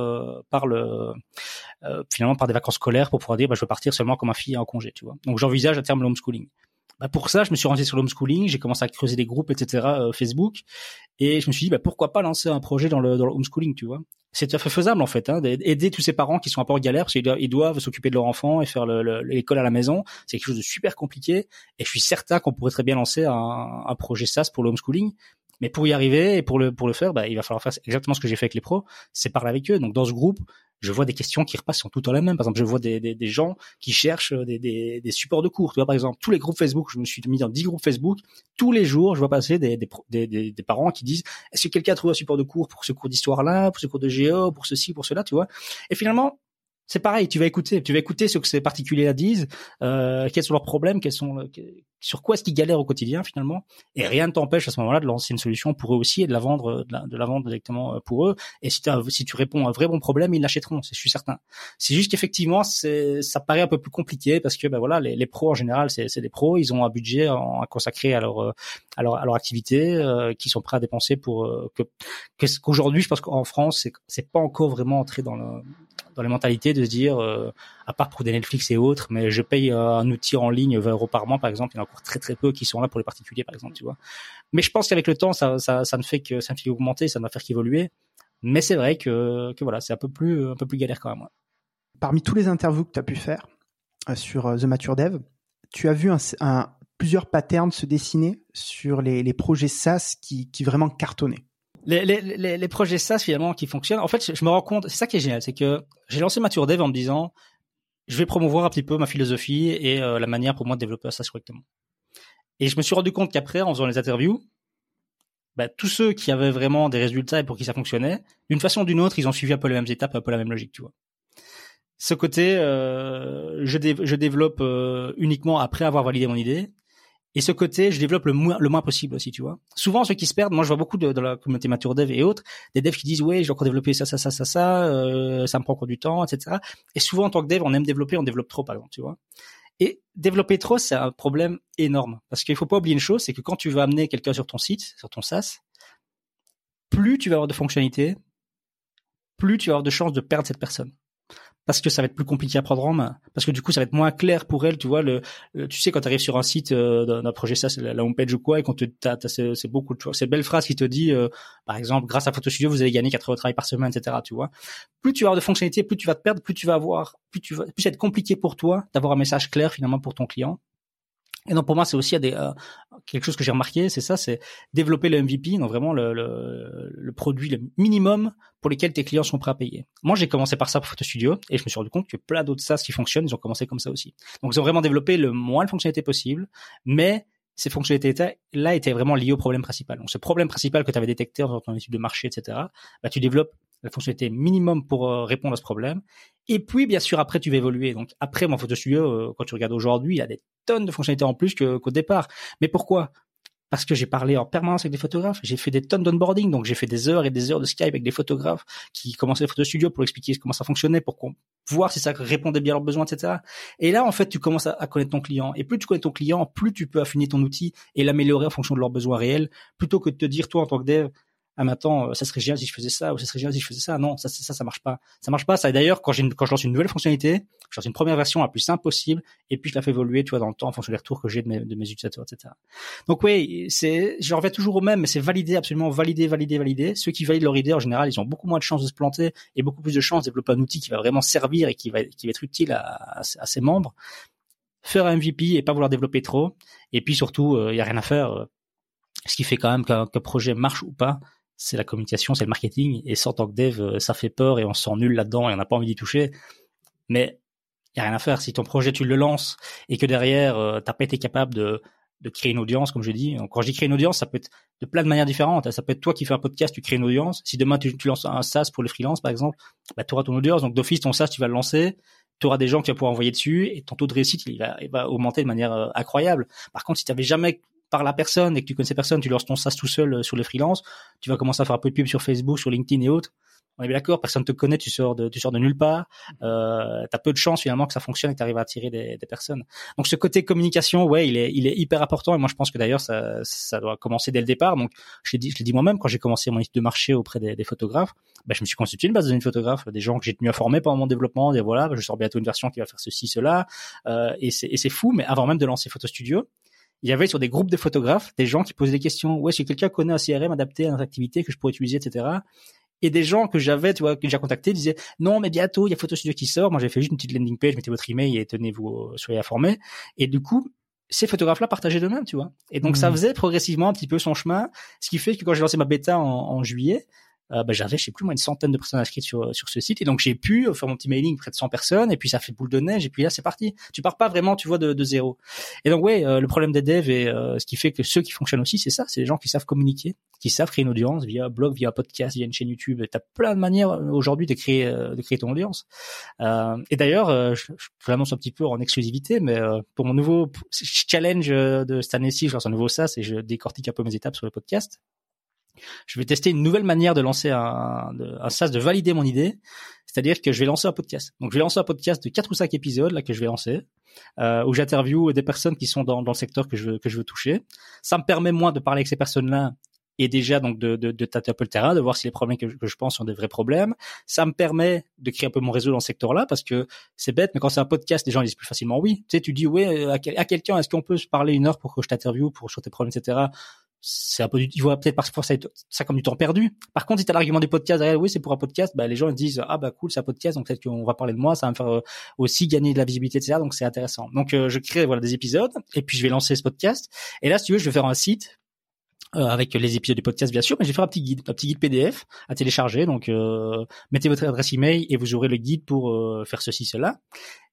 finalement par des vacances scolaires pour pouvoir dire, je veux partir seulement quand ma fille est en congé, tu vois. Donc, j'envisage à terme le homeschooling. Pour ça, je me suis renseigné sur le homeschooling, j'ai commencé à creuser des groupes, etc. Facebook, et je me suis dit, pourquoi pas lancer un projet dans le homeschooling, tu vois. C'est tout à fait faisable en fait, d'aider tous ces parents qui sont un peu en galère parce qu'ils doivent s'occuper de leur enfant et faire l'école à la maison. C'est quelque chose de super compliqué, et je suis certain qu'on pourrait très bien lancer un projet SaaS pour le homeschooling. Mais pour y arriver et pour le faire, il va falloir faire exactement ce que j'ai fait avec les pros, c'est parler avec eux. Donc dans ce groupe, je vois des questions qui repassent sont tout le temps les mêmes. Par exemple, je vois des gens qui cherchent des supports de cours. Tu vois, par exemple, tous les groupes Facebook, je me suis mis dans 10 groupes Facebook. Tous les jours, je vois passer des parents qui disent est-ce que quelqu'un trouve un support de cours pour ce cours d'histoire-là, pour ce cours de géo, pour ceci, pour cela, tu vois. Et finalement, c'est pareil, tu vas écouter ce que ces particuliers-là disent, quels sont leurs problèmes, sur quoi est-ce qu'ils galèrent au quotidien finalement, et rien ne t'empêche à ce moment-là de lancer une solution pour eux aussi et de la vendre directement pour eux. Et si tu réponds à un vrai bon problème, ils l'achèteront, je suis certain. C'est juste qu'effectivement, ça paraît un peu plus compliqué parce que les pros en général, c'est des pros, ils ont un budget à consacrer à leur activité, qui sont prêts à dépenser pour qu'aujourd'hui, je pense qu'en France, c'est pas encore vraiment entré dans les mentalités de se dire, à part pour des Netflix et autres, mais je paye un outil en ligne 20 € par mois, par exemple. Il y en a encore très très peu qui sont là pour les particuliers, par exemple, tu vois. Mais je pense qu'avec le temps, ça ne fait qu'augmenter, ça ne va faire qu'évoluer. Mais c'est vrai que voilà, c'est un peu plus galère quand même. Ouais. Parmi tous les interviews que tu as pu faire sur The Mature Dev, tu as vu plusieurs patterns se dessiner sur les projets SaaS qui vraiment cartonnaient. Les projets SaaS finalement qui fonctionnent, en fait, je me rends compte, c'est ça qui est génial, c'est que j'ai lancé Mature Dev en me disant, je vais promouvoir un petit peu ma philosophie et la manière pour moi de développer un SaaS correctement. Et je me suis rendu compte qu'après, en faisant les interviews, tous ceux qui avaient vraiment des résultats et pour qui ça fonctionnait, d'une façon ou d'une autre, ils ont suivi un peu les mêmes étapes, un peu la même logique, tu vois. Ce côté, je développe uniquement après avoir validé mon idée. Et ce côté, je développe le moins possible aussi, tu vois. Souvent, ceux qui se perdent, moi, je vois beaucoup de la communauté Mature Dev et autres, des devs qui disent, ouais, j'ai encore développé ça me prend encore du temps, etc. Et souvent, en tant que dev, on aime développer, on développe trop, par exemple, tu vois. Et développer trop, c'est un problème énorme. Parce qu'il faut pas oublier une chose, c'est que quand tu vas amener quelqu'un sur ton site, sur ton SaaS, plus tu vas avoir de fonctionnalités, plus tu vas avoir de chances de perdre cette personne. parce que ça va être plus compliqué à prendre en main, parce que du coup ça va être moins clair pour elle, tu vois, tu sais quand tu arrives sur un site d'un projet, ça c'est la homepage ou quoi, et qu'on c'est beaucoup, tu vois, cette belle phrase qui te dit par exemple, grâce à Photo Studio vous allez gagner 4 heures de travail par semaine, etc., tu vois. Plus tu vas avoir de fonctionnalités, plus tu vas te perdre, plus ça va être compliqué pour toi d'avoir un message clair finalement pour ton client. Et donc pour moi c'est aussi quelque chose que j'ai remarqué, c'est développer le MVP, donc vraiment le produit le minimum pour lesquels tes clients sont prêts à payer. Moi j'ai commencé par ça pour Photo Studio et je me suis rendu compte que plein d'autres SaaS qui fonctionnent, ils ont commencé comme ça aussi. Donc ils ont vraiment développé le moins de fonctionnalités possible, mais ces fonctionnalités-là étaient vraiment liées au problème principal. Donc ce problème principal que tu avais détecté dans ton étude de marché, etc., bah, tu développes la fonctionnalité minimum pour répondre à ce problème. Et puis, bien sûr, après, tu vas évoluer. Donc, après, mon Photo Studio, quand tu regardes aujourd'hui, il y a des tonnes de fonctionnalités en plus qu'au départ. Mais pourquoi? Parce que j'ai parlé en permanence avec des photographes, j'ai fait des tonnes d'onboarding, donc j'ai fait des heures et des heures de Skype avec des photographes qui commençaient le Photo Studio pour expliquer comment ça fonctionnait, pour voir si ça répondait bien à leurs besoins, etc. Et là, en fait, tu commences à connaître ton client. Et plus tu connais ton client, plus tu peux affiner ton outil et l'améliorer en fonction de leurs besoins réels, plutôt que de te dire, toi, en tant que dev, ah, mais attends, ça serait génial si je faisais ça, ou ça serait génial si je faisais ça. Non, ça marche pas. Ça marche pas. Ça, d'ailleurs, quand je lance une nouvelle fonctionnalité, je lance une première version la plus simple possible, et puis je la fais évoluer, tu vois, dans le temps, en fonction des retours que j'ai de mes utilisateurs, etc. Donc oui, je reviens toujours au même, mais c'est absolument valider. Ceux qui valident leur idée, en général, ils ont beaucoup moins de chances de se planter, et beaucoup plus de chances de développer un outil qui va vraiment servir et qui va être utile à ses membres. Faire un MVP et pas vouloir développer trop. Et puis surtout, y a rien à faire. Ce qui fait quand même qu'un projet marche ou pas, c'est la communication, c'est le marketing, et ça, en tant que dev, ça fait peur et on se sent nul là-dedans et on n'a pas envie d'y toucher. Mais il y a rien à faire. Si ton projet, tu le lances et que derrière, t'as pas été capable de créer une audience, comme je dis. Donc, quand je dis créer une audience, ça peut être de plein de manières différentes. Ça peut être toi qui fais un podcast, tu crées une audience. Si demain, tu lances un SaaS pour les freelances, par exemple, bah, tu auras ton audience. Donc, d'office, ton SaaS, tu vas le lancer. Tu auras des gens que tu vas pouvoir envoyer dessus et ton taux de réussite, il va augmenter de manière incroyable. Par contre, si tu n'avais jamais par la personne et que tu connaissais personne, tu lances ton SaaS tout seul sur les freelances, tu vas commencer à faire un peu de pub sur Facebook, sur LinkedIn et autres. On est bien d'accord, personne te connaît, tu sors de nulle part. T'as peu de chance finalement que ça fonctionne et que tu arrives à attirer des personnes. Donc ce côté communication, ouais, il est hyper important et moi je pense que d'ailleurs ça doit commencer dès le départ. Donc je l'ai dit moi-même quand j'ai commencé mon étude de marché auprès des photographes, bah, je me suis constitué une base de données de photographes, des gens que j'ai tenu à former pendant mon développement, dire voilà, je sors bientôt une version qui va faire ceci, cela, et c'est fou. Mais avant même de lancer Photo Studio, il y avait sur des groupes de photographes des gens qui posaient des questions. Ouais, si quelqu'un connaît un CRM adapté à notre activité que je pourrais utiliser, etc. Et des gens que j'avais, tu vois, que j'ai contactés, disaient non, mais bientôt il y a Photo Studio qui sort. Moi, j'ai fait juste une petite landing page, mettez votre email et tenez-vous, soyez informés. Et du coup, ces photographes-là partageaient d'eux-mêmes, tu vois. Et donc ça faisait progressivement un petit peu son chemin, ce qui fait que quand j'ai lancé ma bêta en juillet, bah, j'avais, je sais plus, moi, une centaine de personnes inscrites sur ce site. Et donc, j'ai pu faire mon petit mailing près de 100 personnes. Et puis, ça fait boule de neige. Et puis là, c'est parti. Tu pars pas vraiment, tu vois, de zéro. Et donc, ouais, le problème des devs et ce qui fait que ceux qui fonctionnent aussi, c'est ça. C'est les gens qui savent communiquer, qui savent créer une audience via blog, via podcast, via une chaîne YouTube. T'as plein de manières aujourd'hui de créer ton audience. Et d'ailleurs, je l'annonce un petit peu en exclusivité, mais pour mon nouveau challenge de cette année-ci, je lance un nouveau SaaS et je décortique un peu mes étapes sur le podcast. Je vais tester une nouvelle manière de lancer un SaaS, de valider mon idée. C'est-à-dire que je vais lancer un podcast. Donc, je vais lancer un podcast de 4 ou 5 épisodes, là, que je vais lancer, où j'interviewe des personnes qui sont dans le secteur que je veux toucher. Ça me permet, moi, de parler avec ces personnes-là et déjà, donc, de tâter un peu le terrain, de voir si les problèmes que je pense sont des vrais problèmes. Ça me permet de créer un peu mon réseau dans ce secteur-là, parce que c'est bête, mais quand c'est un podcast, les gens disent plus facilement oui. Tu sais, tu dis, ouais, à quelqu'un, est-ce qu'on peut se parler 1 heure pour que je t'interviewe sur tes problèmes, etc. C'est un peu il voit peut-être parfois ça comme du temps perdu. Par contre, si t'as l'argument du podcast derrière, oui, c'est pour un podcast, bah, les gens ils disent, ah, bah, cool, c'est un podcast, donc peut-être qu'on va parler de moi, ça va me faire aussi gagner de la visibilité, etc. Donc, c'est intéressant. Donc, je crée, voilà, des épisodes, et puis je vais lancer ce podcast. Et là, si tu veux, je vais faire un site, avec les épisodes du podcast, bien sûr, mais je vais faire un petit guide PDF à télécharger. Donc, mettez votre adresse email et vous aurez le guide pour faire ceci, cela.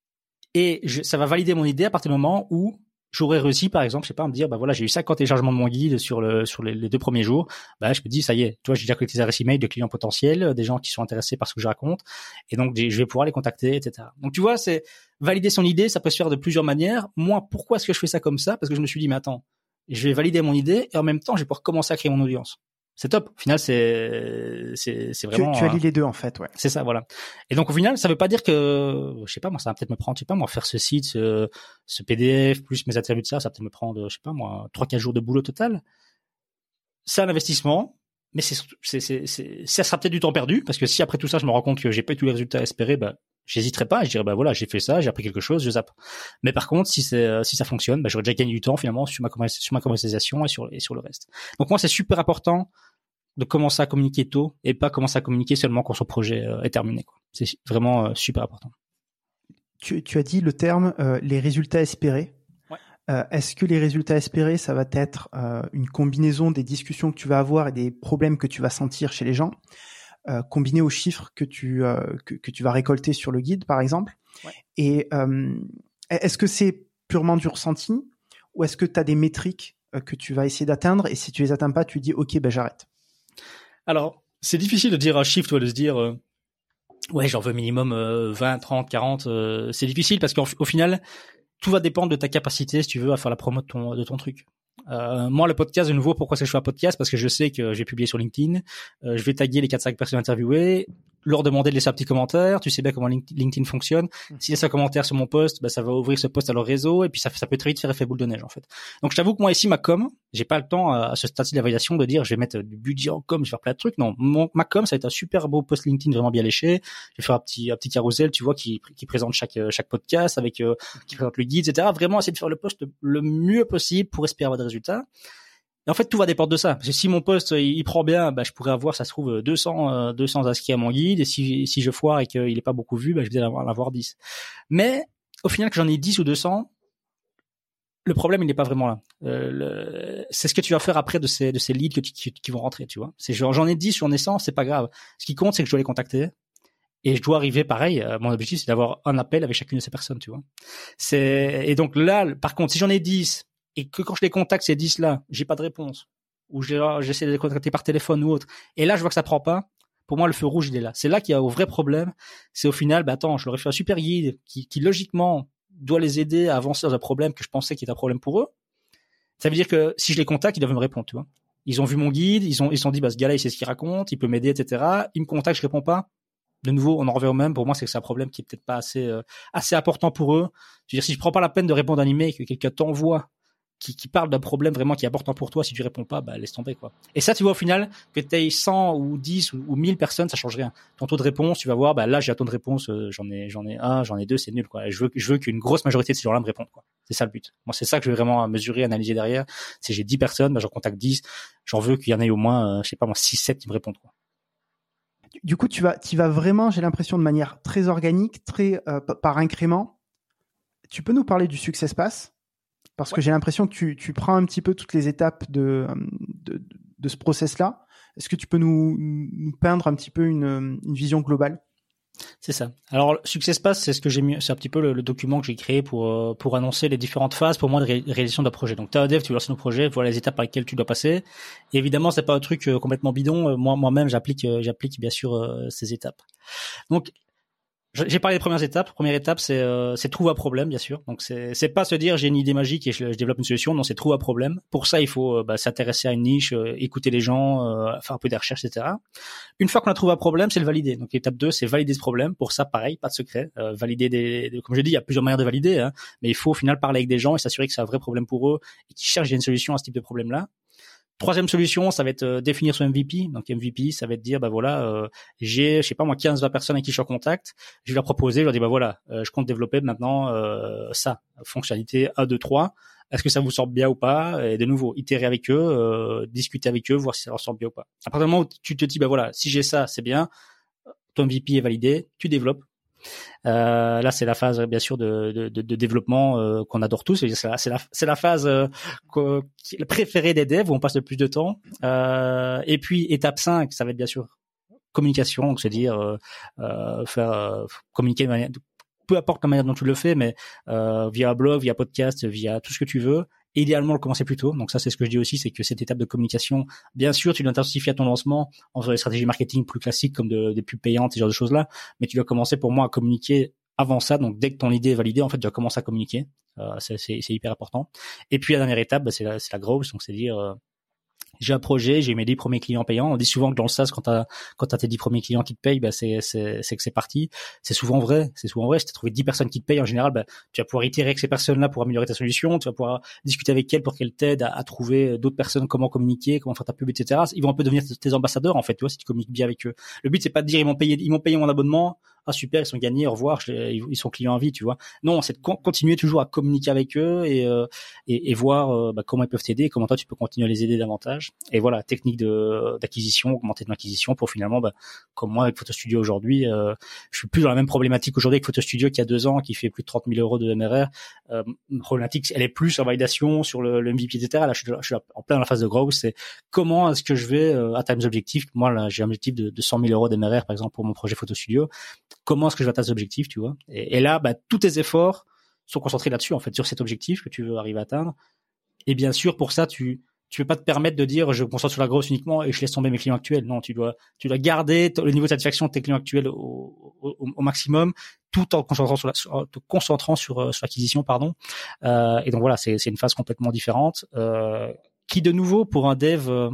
Et ça va valider mon idée à partir du moment où j'aurais réussi, par exemple, je sais pas, à me dire, bah voilà, j'ai eu 50 téléchargements de mon guide sur les 2 premiers jours. Bah, je me dis, ça y est, tu vois, j'ai déjà collecté des adresses email de clients potentiels, des gens qui sont intéressés par ce que je raconte. Et donc, je vais pouvoir les contacter, etc. Donc, tu vois, c'est valider son idée, ça peut se faire de plusieurs manières. Moi, pourquoi est-ce que je fais ça comme ça? Parce que je me suis dit, mais attends, je vais valider mon idée et en même temps, je vais pouvoir commencer à créer mon audience. C'est top. Au final, c'est vraiment. Tu allies les deux, en fait, ouais. C'est ça, voilà. Et donc, au final, ça veut pas dire que, je sais pas, moi, ça va peut-être me prendre, je sais pas, moi, faire ce site, ce PDF, plus mes interviews de ça va peut-être me prendre, je sais pas, moi, 3-4 jours de boulot total. C'est un investissement, mais ça sera peut-être du temps perdu, parce que si après tout ça, je me rends compte que j'ai pas eu tous les résultats espérés, bah, j'hésiterai pas, je dirais bah voilà, j'ai fait ça, j'ai appris quelque chose, je zappe. Mais par contre, si ça fonctionne, bah j'aurais déjà gagné du temps finalement sur ma commercialisation et sur le reste. Donc moi, c'est super important de commencer à communiquer tôt et pas commencer à communiquer seulement quand son projet est terminé, quoi. C'est vraiment super important. Tu as dit le terme les résultats espérés. Ouais. Est-ce que les résultats espérés, ça va être une combinaison des discussions que tu vas avoir et des problèmes que tu vas sentir chez les gens, combiné aux chiffres que tu vas récolter sur le guide, par exemple? Ouais. Et est-ce que c'est purement du ressenti ou est-ce que tu as des métriques que tu vas essayer d'atteindre et si tu les atteins pas, tu dis OK, ben j'arrête? Alors, c'est difficile de dire un chiffre, de se dire ouais, j'en veux minimum 20, 30, 40. C'est difficile parce qu'au final, tout va dépendre de ta capacité, si tu veux, à faire la promo de ton truc. Moi, le podcast, de nouveau, pourquoi est-ce que je fais un podcast? Parce que je sais que j'ai publié sur LinkedIn. Je vais taguer les 4-5 personnes interviewées, leur demander de laisser un petit commentaire. Tu sais bien comment LinkedIn fonctionne. S'ils laissent un commentaire sur mon post, bah, ça va ouvrir ce post à leur réseau et puis ça peut très vite faire effet boule de neige, en fait. Donc, je t'avoue que moi, ici, ma com, j'ai pas le temps à ce stade de la validation de dire je vais mettre du budget en com, je vais faire plein de trucs. Non, ma com, ça va être un super beau post LinkedIn vraiment bien léché. Je vais faire un petit carrousel, tu vois, qui présente chaque podcast avec, qui présente le guide, etc. Vraiment essayer de faire le post le mieux possible pour espérer avoir des résultats. Et en fait, tout va dépendre de ça. Parce que si mon post, il prend bien, bah, je pourrais avoir, ça se trouve, 200 inscrits à mon guide. Et si je foire et qu'il est pas beaucoup vu, bah, je vais en avoir 10. Mais, au final, que j'en ai 10 ou 200, le problème, il n'est pas vraiment là. C'est ce que tu vas faire après de ces leads qui vont rentrer, tu vois. C'est genre, j'en ai 10, j'en ai 100, c'est pas grave. Ce qui compte, c'est que je dois les contacter. Et je dois arriver, pareil, mon objectif, c'est d'avoir un appel avec chacune de ces personnes, tu vois. Et donc là, par contre, si j'en ai 10, et que quand je les contacte, ces 10-là, j'ai pas de réponse, ou j'essaie de les contacter par téléphone ou autre, et là, je vois que ça prend pas, pour moi, le feu rouge, il est là. C'est là qu'il y a un vrai problème. C'est au final, bah attends, je leur ai fait un super guide qui logiquement, doit les aider à avancer dans un problème que je pensais qui était un problème pour eux. Ça veut dire que si je les contacte, ils doivent me répondre, tu vois. Ils ont vu mon guide, ils sont dit, bah, ce gars-là, il sait ce qu'il raconte, il peut m'aider, etc. Ils me contactent, je réponds pas. De nouveau, on en revient au même. Pour moi, c'est que c'est un problème qui est peut-être pas assez important pour eux. Je veux dire, si je prends pas la peine de répondre à un email que quelqu'un t'envoie, qui parle d'un problème vraiment qui est important pour toi, si tu réponds pas, bah, laisse tomber, quoi. Et ça, tu vois, au final, que t'aies 100 ou 10 ou 1000 personnes, ça change rien. Ton taux de réponse, tu vas voir, bah, là, j'ai un taux de réponse, j'en ai un, j'en ai deux, c'est nul, quoi. Et je veux qu'une grosse majorité de ces gens-là me répondent, quoi. C'est ça le but. Moi, c'est ça que je vais vraiment mesurer, analyser derrière. Si j'ai 10 personnes, bah, j'en contacte 10. J'en veux qu'il y en ait au moins, je sais pas, moi, 6, 7 qui me répondent, quoi. Du coup, tu vas vraiment, j'ai l'impression, de manière très organique, très par incrément. Tu peux nous parler du SuccessPass? Parce que j'ai l'impression que tu prends un petit peu toutes les étapes de ce process-là. Est-ce que tu peux nous peindre un petit peu une vision globale? C'est ça. Alors, SuccessPass, c'est ce que j'ai mis, c'est un petit peu le document que j'ai créé pour annoncer les différentes phases pour moi de réalisation d'un projet. Donc, t'as un dev, tu veux lancer ton projet, voilà les étapes par lesquelles tu dois passer. Et évidemment, c'est pas un truc complètement bidon. Moi-même, j'applique bien sûr ces étapes. Donc, j'ai parlé des premières étapes. Première étape, c'est trouver un problème, bien sûr. Donc c'est pas se dire j'ai une idée magique et je développe une solution. Non, c'est trouver un problème. Pour ça, il faut s'intéresser à une niche, écouter les gens, faire un peu des recherches, etc. Une fois qu'on a trouvé un problème, c'est le valider. Donc l'étape 2, c'est valider ce problème. Pour ça, pareil, pas de secret. Valider comme je dis, il y a plusieurs manières de valider, hein, mais il faut au final parler avec des gens et s'assurer que c'est un vrai problème pour eux et qu'ils cherchent une solution à ce type de problème-là. Troisième solution, ça va être définir son MVP. Donc MVP, ça va être dire, bah voilà, j'ai, je sais pas moi, 15-20 personnes avec qui je suis en contact. Je vais leur proposer, je leur dis, bah voilà, je compte développer maintenant ça, fonctionnalité 1, 2, 3. Est-ce que ça vous sort bien ou pas? Et de nouveau, itérer avec eux, discuter avec eux, voir si ça leur sort bien ou pas. À partir du moment où tu te dis, bah voilà, si j'ai ça, c'est bien. Ton MVP est validé, tu développes. Là, c'est la phase bien sûr de développement qu'on adore tous. C'est la phase préférée des devs où on passe le plus de temps. Et puis étape 5, ça va être bien sûr communication, donc c'est dire faire communiquer de manière, peu importe la manière dont tu le fais, mais via blog, via podcast, via tout ce que tu veux. Idéalement, le commencer plus tôt. Donc ça, c'est ce que je dis aussi, c'est que cette étape de communication, bien sûr, tu l'intensifies à ton lancement en faisant des stratégies marketing plus classiques comme des pubs payantes, ce genre de choses-là. Mais tu dois commencer pour moi à communiquer avant ça. Donc dès que ton idée est validée, en fait, tu dois commencer à communiquer. C'est hyper important. Et puis la dernière étape, c'est la growth. Donc c'est dire J'ai un projet, j'ai mes 10 premiers clients payants. On dit souvent que dans le SaaS, quand t'as tes 10 premiers clients qui te payent, bah, c'est que c'est parti. C'est souvent vrai. Si t'as trouvé 10 personnes qui te payent, en général, bah, tu vas pouvoir itérer avec ces personnes-là pour améliorer ta solution. Tu vas pouvoir discuter avec elles pour qu'elles t'aident à trouver d'autres personnes, comment communiquer, comment faire ta pub, etc. Ils vont un peu devenir tes ambassadeurs, en fait, tu vois, si tu communiques bien avec eux. Le but, c'est pas de dire, ils m'ont payé mon abonnement. Ah, super, ils sont gagnés, au revoir, ils sont clients à vie, tu vois. Non, c'est de continuer toujours à communiquer avec eux et voir bah, comment ils peuvent t'aider, comment toi tu peux continuer à les aider davantage. Et voilà, technique d'acquisition, augmenter de l'acquisition pour finalement, bah, comme moi avec Photo Studio aujourd'hui, je suis plus dans la même problématique aujourd'hui avec Photo Studio qu'il y a 2 ans, qui fait plus de 30 000 euros de MRR. Une problématique, elle est plus sur validation, sur le MVP, etc. Là, je suis en plein dans la phase de growth. C'est comment est-ce que je vais atteindre mes objectifs. Moi, là, j'ai un objectif de 100 000 euros de MRR, par exemple, pour mon projet Photo Studio. Comment est-ce que je vais atteindre cet objectif, tu vois. Et là, bah, tous tes efforts sont concentrés là-dessus, en fait, sur cet objectif que tu veux arriver à atteindre. Et bien sûr, pour ça, tu peux pas te permettre de dire je me concentre sur la grosse uniquement et je laisse tomber mes clients actuels. Non, tu dois garder le niveau de satisfaction de tes clients actuels au maximum, tout en te concentrant sur l'acquisition, pardon. Et donc voilà, c'est une phase complètement différente, qui de nouveau pour un dev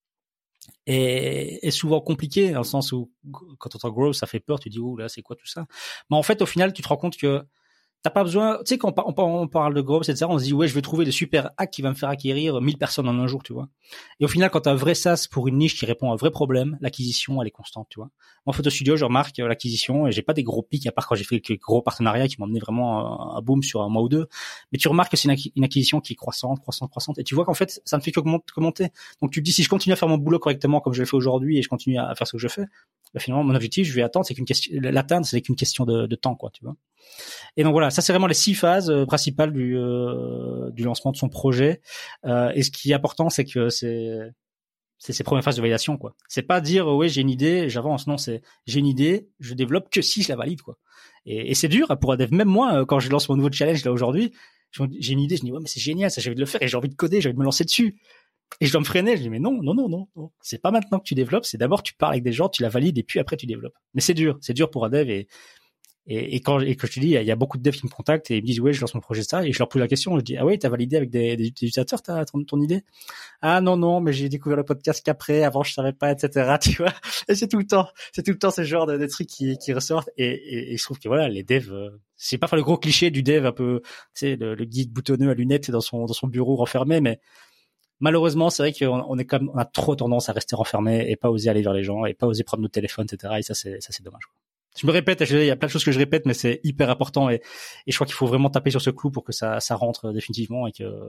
est souvent compliqué, dans le sens où quand on entend growth, ça fait peur, tu dis là c'est quoi tout ça. Mais en fait au final tu te rends compte que t'as pas besoin, tu sais, quand on parle de growth, etc., on se dit ouais, je vais trouver le super hack qui va me faire acquérir 1000 personnes en un jour, tu vois. Et au final, quand t'as un vrai SaaS pour une niche qui répond à un vrai problème, l'acquisition elle est constante, tu vois. Moi, en Photo Studio, je remarque l'acquisition et j'ai pas des gros pics à part quand j'ai fait quelques gros partenariats qui m'ont amené vraiment un boom sur un mois ou deux. Mais tu remarques que c'est une acquisition qui est croissante, et tu vois qu'en fait ça ne fait que monter. Donc tu te dis si je continue à faire mon boulot correctement comme je le fais aujourd'hui et je continue à faire ce que je fais, bah, finalement mon objectif, je vais attendre, l'atteindre, c'est qu'une question de temps, quoi, tu vois. Et donc voilà, ça c'est vraiment les 6 phases principales du lancement de son projet. Et ce qui est important, c'est que c'est ces premières phases de validation, quoi. C'est pas dire ouais, j'ai une idée, j'avance. Non, c'est j'ai une idée, je développe que si je la valide, quoi. Et c'est dur pour un dev. Même moi, quand je lance mon nouveau challenge là aujourd'hui, j'ai une idée, je dis ouais, mais c'est génial, ça j'ai envie de le faire et j'ai envie de coder, j'ai envie de me lancer dessus. Et je dois me freiner. Je dis mais non. C'est pas maintenant que tu développes, c'est d'abord tu parles avec des gens, tu la valides et puis après tu développes. Mais c'est dur pour un dev et quand je te dis, il y a beaucoup de devs qui me contactent et ils me disent ouais, je lance mon projet ça, et je leur pose la question, je dis ah ouais, t'as validé avec des utilisateurs ton idée? Ah non, mais j'ai découvert le podcast qu'après, avant je savais pas, etc. Tu vois. Et c'est tout le temps ce genre de trucs qui ressortent et je trouve que voilà, les devs, c'est parfois le gros cliché du dev un peu, tu sais, le geek boutonneux à lunettes dans son bureau renfermé, mais malheureusement, c'est vrai on a trop tendance à rester renfermé et pas oser aller vers les gens et pas oser prendre nos téléphones, etc. Et ça c'est dommage. Je me répète, il y a plein de choses que je répète, mais c'est hyper important et je crois qu'il faut vraiment taper sur ce clou pour que ça rentre définitivement et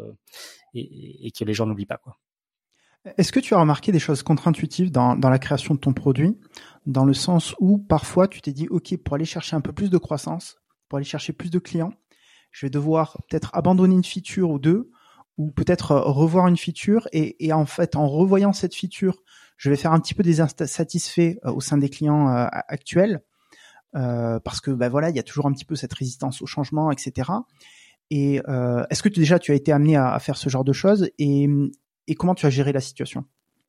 que les gens n'oublient pas, quoi. Est-ce que tu as remarqué des choses contre-intuitives dans la création de ton produit, dans le sens où parfois tu t'es dit ok, pour aller chercher un peu plus de croissance, pour aller chercher plus de clients, je vais devoir peut-être abandonner une feature ou deux, ou peut-être revoir une feature et en fait en revoyant cette feature, je vais faire un petit peu des insatisfaits au sein des clients actuels. Parce que bah voilà, il y a toujours un petit peu cette résistance au changement, etc. Et est-ce que déjà tu as été amené à faire ce genre de choses et comment tu as géré la situation?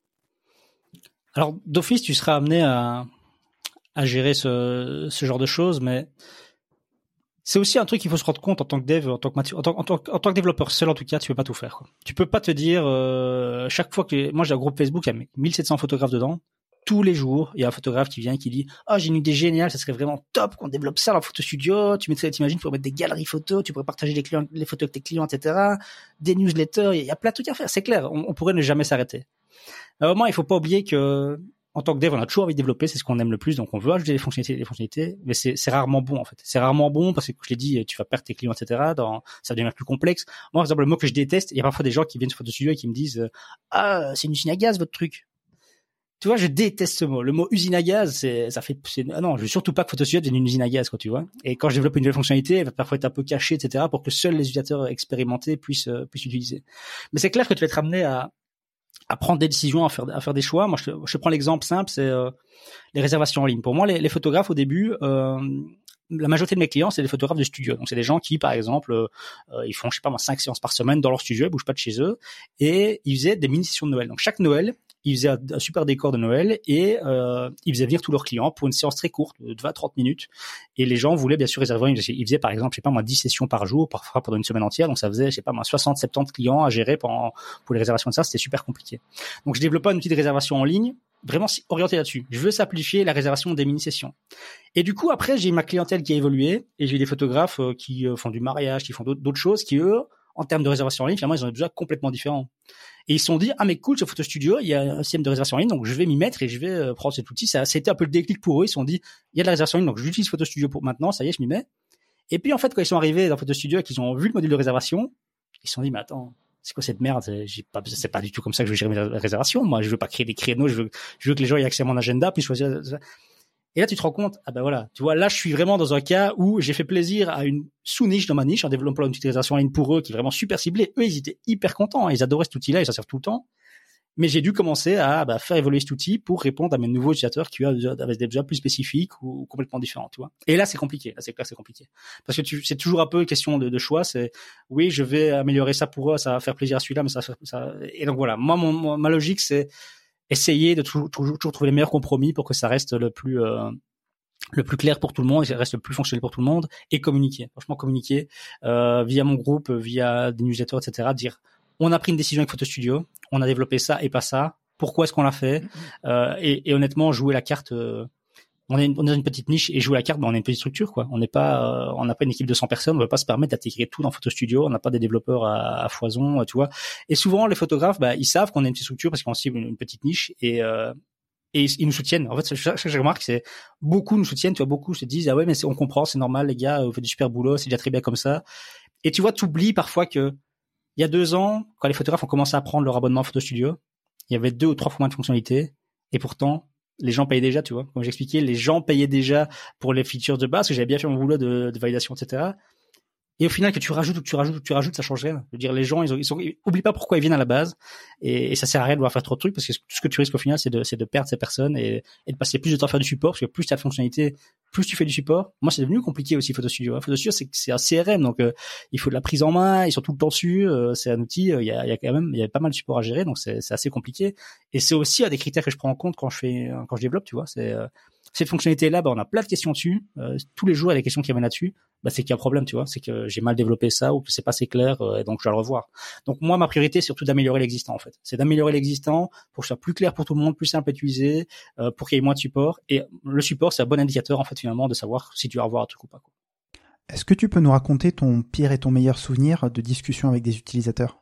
Alors d'office, tu seras amené à gérer ce genre de choses, mais c'est aussi un truc qu'il faut se rendre compte en tant que dev, en tant que développeur seul, en tout cas, tu peux pas tout faire, quoi. Tu peux pas te dire chaque fois que moi j'ai un groupe Facebook, il y a 1700 photographes dedans. Tous les jours, il y a un photographe qui vient et qui dit « Ah, j'ai une idée géniale, ça serait vraiment top qu'on développe ça dans Photo Studio. T'imagines, tu pourrais mettre des galeries photos, tu pourrais partager les photos avec tes clients, etc. Des newsletters, il y a plein de trucs à faire. C'est clair, on pourrait ne jamais s'arrêter. À un moment, il faut pas oublier que en tant que dev, on a toujours envie de développer, c'est ce qu'on aime le plus, donc on veut ajouter des fonctionnalités, mais c'est rarement bon, en fait. C'est rarement bon parce que, comme je l'ai dit, tu vas perdre tes clients, etc. Ça devient plus complexe. Moi, par exemple, le mot que je déteste, il y a parfois des gens qui viennent sur Photo Studio et qui me disent « Ah, c'est une usine à gaz, votre truc. » Tu vois, je déteste ce mot. Le mot usine à gaz, non, je veux surtout pas que Photo Studio devienne une usine à gaz, quoi, tu vois. Et quand je développe une nouvelle fonctionnalité, elle va parfois être un peu cachée, etc., pour que seuls les utilisateurs expérimentés puissent l'utiliser. Mais c'est clair que tu vas être amené à prendre des décisions, à faire des choix. Moi, je prends l'exemple simple, c'est les réservations en ligne. Pour moi, les photographes, au début, la majorité de mes clients, c'est des photographes de studio. Donc, c'est des gens qui, par exemple, ils font, 5 séances par semaine dans leur studio, ils bougent pas de chez eux, et ils faisaient des mini-sessions de Noël. Donc, chaque Noël, ils faisaient un super décor de Noël et ils faisaient venir tous leurs clients pour une séance très courte de 20-30 minutes. Et les gens voulaient bien sûr réserver. Ils faisaient par exemple, je sais pas moi, 10 sessions par jour, parfois pendant une semaine entière. Donc ça faisait, je sais pas moi, 60-70 clients à gérer pour les réservations de ça. C'était super compliqué. Donc je développais un outil de réservation en ligne vraiment orienté là-dessus. Je veux simplifier la réservation des mini-sessions. Et du coup, après, j'ai ma clientèle qui a évolué et j'ai des photographes qui font du mariage, qui font d'autres choses, qui eux, en termes de réservation en ligne, finalement, ils ont déjà complètement différents. Et ils se sont dit, ah mais cool, ce photo studio, il y a un système de réservation en ligne, donc je vais m'y mettre et je vais prendre cet outil. Ça a été un peu le déclic pour eux. Ils se sont dit, il y a de la réservation en ligne, donc j'utilise Photo Studio pour maintenant, ça y est, je m'y mets. Et puis en fait, quand ils sont arrivés dans Photo Studio et qu'ils ont vu le module de réservation, ils se sont dit, mais attends, c'est quoi cette merde? C'est pas du tout comme ça que je veux gérer mes réservations. Moi, je veux pas créer des créneaux, je veux que les gens aient accès à mon agenda, puis choisir. Et là, tu te rends compte, ah ben voilà, tu vois, là, je suis vraiment dans un cas où j'ai fait plaisir à une sous-niche dans ma niche en développant une utilisation en ligne pour eux qui est vraiment super ciblée. Eux, ils étaient hyper contents, ils adoraient cet outil-là, ils s'en servent tout le temps. Mais j'ai dû commencer à faire évoluer cet outil pour répondre à mes nouveaux utilisateurs qui avaient des besoins plus spécifiques ou complètement différents, tu vois. Et là, c'est compliqué. Là, c'est clair, c'est compliqué. Parce que c'est toujours un peu une question de choix. C'est, oui, je vais améliorer ça pour eux, ça va faire plaisir à celui-là, mais ça. Et donc voilà. Moi, ma logique, c'est essayer de toujours trouver les meilleurs compromis pour que ça reste le plus clair pour tout le monde, et ça reste le plus fonctionnel pour tout le monde, et communiquer. Franchement, communiquer via mon groupe, via des newsletters, etc. Dire, on a pris une décision avec Photo Studio, on a développé ça et pas ça. Pourquoi est-ce qu'on l'a fait? Et honnêtement, jouer la carte. On est dans une petite niche et jouer la carte, on est une petite structure, quoi. On n'a pas une équipe de 100 personnes, on ne peut pas se permettre d'intégrer tout dans Photo Studio. On n'a pas des développeurs à foison, tu vois. Et souvent, les photographes, ils savent qu'on est une petite structure parce qu'on cible une petite niche et ils nous soutiennent. En fait, ce que je remarque, c'est beaucoup nous soutiennent. Tu vois, beaucoup se disent, ah ouais, mais on comprend, c'est normal, les gars, vous faites du super boulot, c'est déjà très bien comme ça. Et tu vois, t'oublies parfois que il y a 2 ans, quand les photographes ont commencé à prendre leur abonnement Photo Studio, il y avait 2 ou 3 fois moins de fonctionnalités. Et pourtant, les gens payaient déjà, tu vois. Comme j'expliquais, les gens payaient déjà pour les features de base, parce que j'avais bien fait mon boulot de validation, etc. Et au final, que tu rajoutes, ça change rien. Je veux dire, les gens, ils oublient pas pourquoi ils viennent à la base. Et ça sert à rien de vouloir faire trop de trucs parce que tout ce que tu risques au final, c'est de perdre ces personnes et de passer plus de temps à faire du support parce que plus tu as de fonctionnalités, plus tu fais du support. Moi, c'est devenu compliqué aussi, Photo Studio. Photo Studio, c'est un CRM. Donc, il faut de la prise en main. Ils sont tout le temps dessus. C'est un outil. Il y a pas mal de support à gérer. Donc, c'est assez compliqué. Et c'est aussi un des critères que je prends en compte quand je développe, tu vois. Cette fonctionnalité-là, on a plein de questions dessus. Tous les jours, il y a des questions qui viennent là-dessus. C'est qu'il y a un problème, tu vois. C'est que j'ai mal développé ça ou que c'est pas assez clair, et donc je dois le revoir. Donc moi, ma priorité, c'est surtout d'améliorer l'existant, en fait. C'est d'améliorer l'existant pour que ce soit plus clair pour tout le monde, plus simple à utiliser, pour qu'il y ait moins de support. Et le support, c'est un bon indicateur, en fait, finalement, de savoir si tu vas revoir un truc ou pas, quoi. Est-ce que tu peux nous raconter ton pire et ton meilleur souvenir de discussion avec des utilisateurs?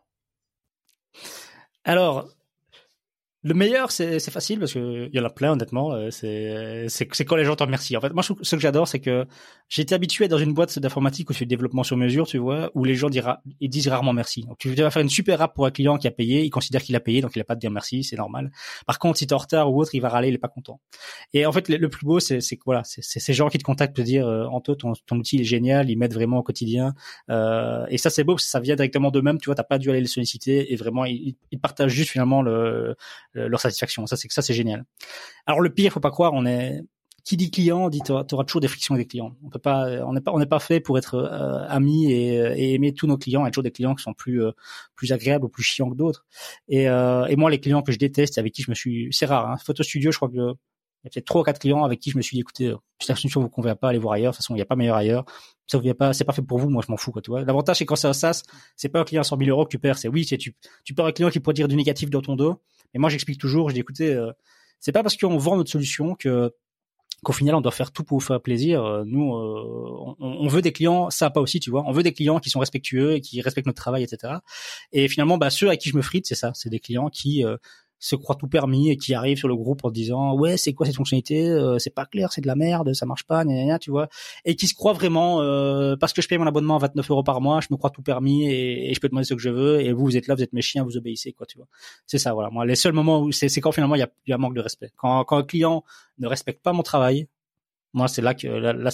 Alors, le meilleur, c'est facile parce que il y en a plein, honnêtement. C'est quand les gens te remercient. En fait, moi, ce que j'adore, c'est que j'ai été habitué dans une boîte d'informatique où je fais du développement sur mesure, tu vois, où les gens ils disent rarement merci. Donc, tu vas faire une super app pour un client qui a payé, il considère qu'il a payé, donc il a pas de dire merci, c'est normal. Par contre, si t'es en retard ou autre, il va râler, il est pas content. Et en fait, le plus beau, c'est voilà, c'est ces gens qui te contactent pour te dire, Anto, ton outil est génial, ils m'aident vraiment au quotidien. Et ça, c'est beau parce que ça vient directement d'eux-mêmes, tu vois, t'as pas dû aller les solliciter et vraiment, ils partagent juste finalement leur satisfaction. Ça, c'est génial. Alors le pire, faut pas croire, qui dit client dit t'auras toujours des frictions avec des clients. On n'est pas fait pour être amis et aimer tous nos clients. Il y a toujours des clients qui sont plus agréables ou plus chiants que d'autres. Et moi, les clients que je déteste, avec qui c'est rare. Hein. Photo Studio, je crois que il y a peut-être 3 ou 4 clients avec qui je me suis dit, écoutez, si la solution vous convient pas, allez voir ailleurs. De toute façon, il n'y a pas meilleur ailleurs. Ça vous vient pas, c'est pas fait pour vous. Moi, je m'en fous, quoi, tu vois. L'avantage, c'est quand c'est un SaaS, c'est pas un client à 100 000 euros que tu perds. Tu perds un client qui pourrait dire du négatif dans ton dos. Et moi, j'explique toujours, je dis, écoutez, c'est pas parce qu'on vend notre solution qu'au final, on doit faire tout pour vous faire plaisir. Nous, on veut des clients sympas aussi, tu vois. On veut des clients qui sont respectueux et qui respectent notre travail, etc. Et finalement, ceux avec qui je me frite, c'est ça. C'est des clients qui se croient tout permis et qui arrivent sur le groupe en disant ouais, c'est quoi cette fonctionnalité, c'est pas clair, c'est de la merde, ça marche pas, gna gna gna, tu vois, et qui se croient vraiment parce que je paye mon abonnement à 29 € par mois, je me crois tout permis et je peux demander ce que je veux et vous êtes là, vous êtes mes chiens, vous obéissez, quoi, tu vois. C'est ça, voilà. Moi, les seuls moments où c'est quand finalement il y a un manque de respect. Quand un client ne respecte pas mon travail, moi c'est là que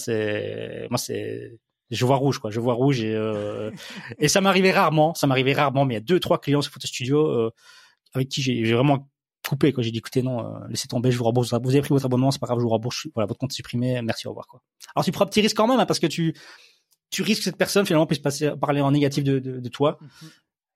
je vois rouge, quoi. Je vois rouge et ça m'arrivait rarement, mais il y a 2-3 clients sur Photo Studio avec qui j'ai vraiment coupé, quoi. J'ai dit, écoutez, non, laissez tomber, je vous rembourse. Vous avez pris votre abonnement, c'est pas grave, je vous rembourse. Voilà, votre compte est supprimé, merci, au revoir, quoi. Alors, tu prends un petit risque quand même, hein, parce que tu risques que cette personne, finalement, puisse parler en négatif de toi.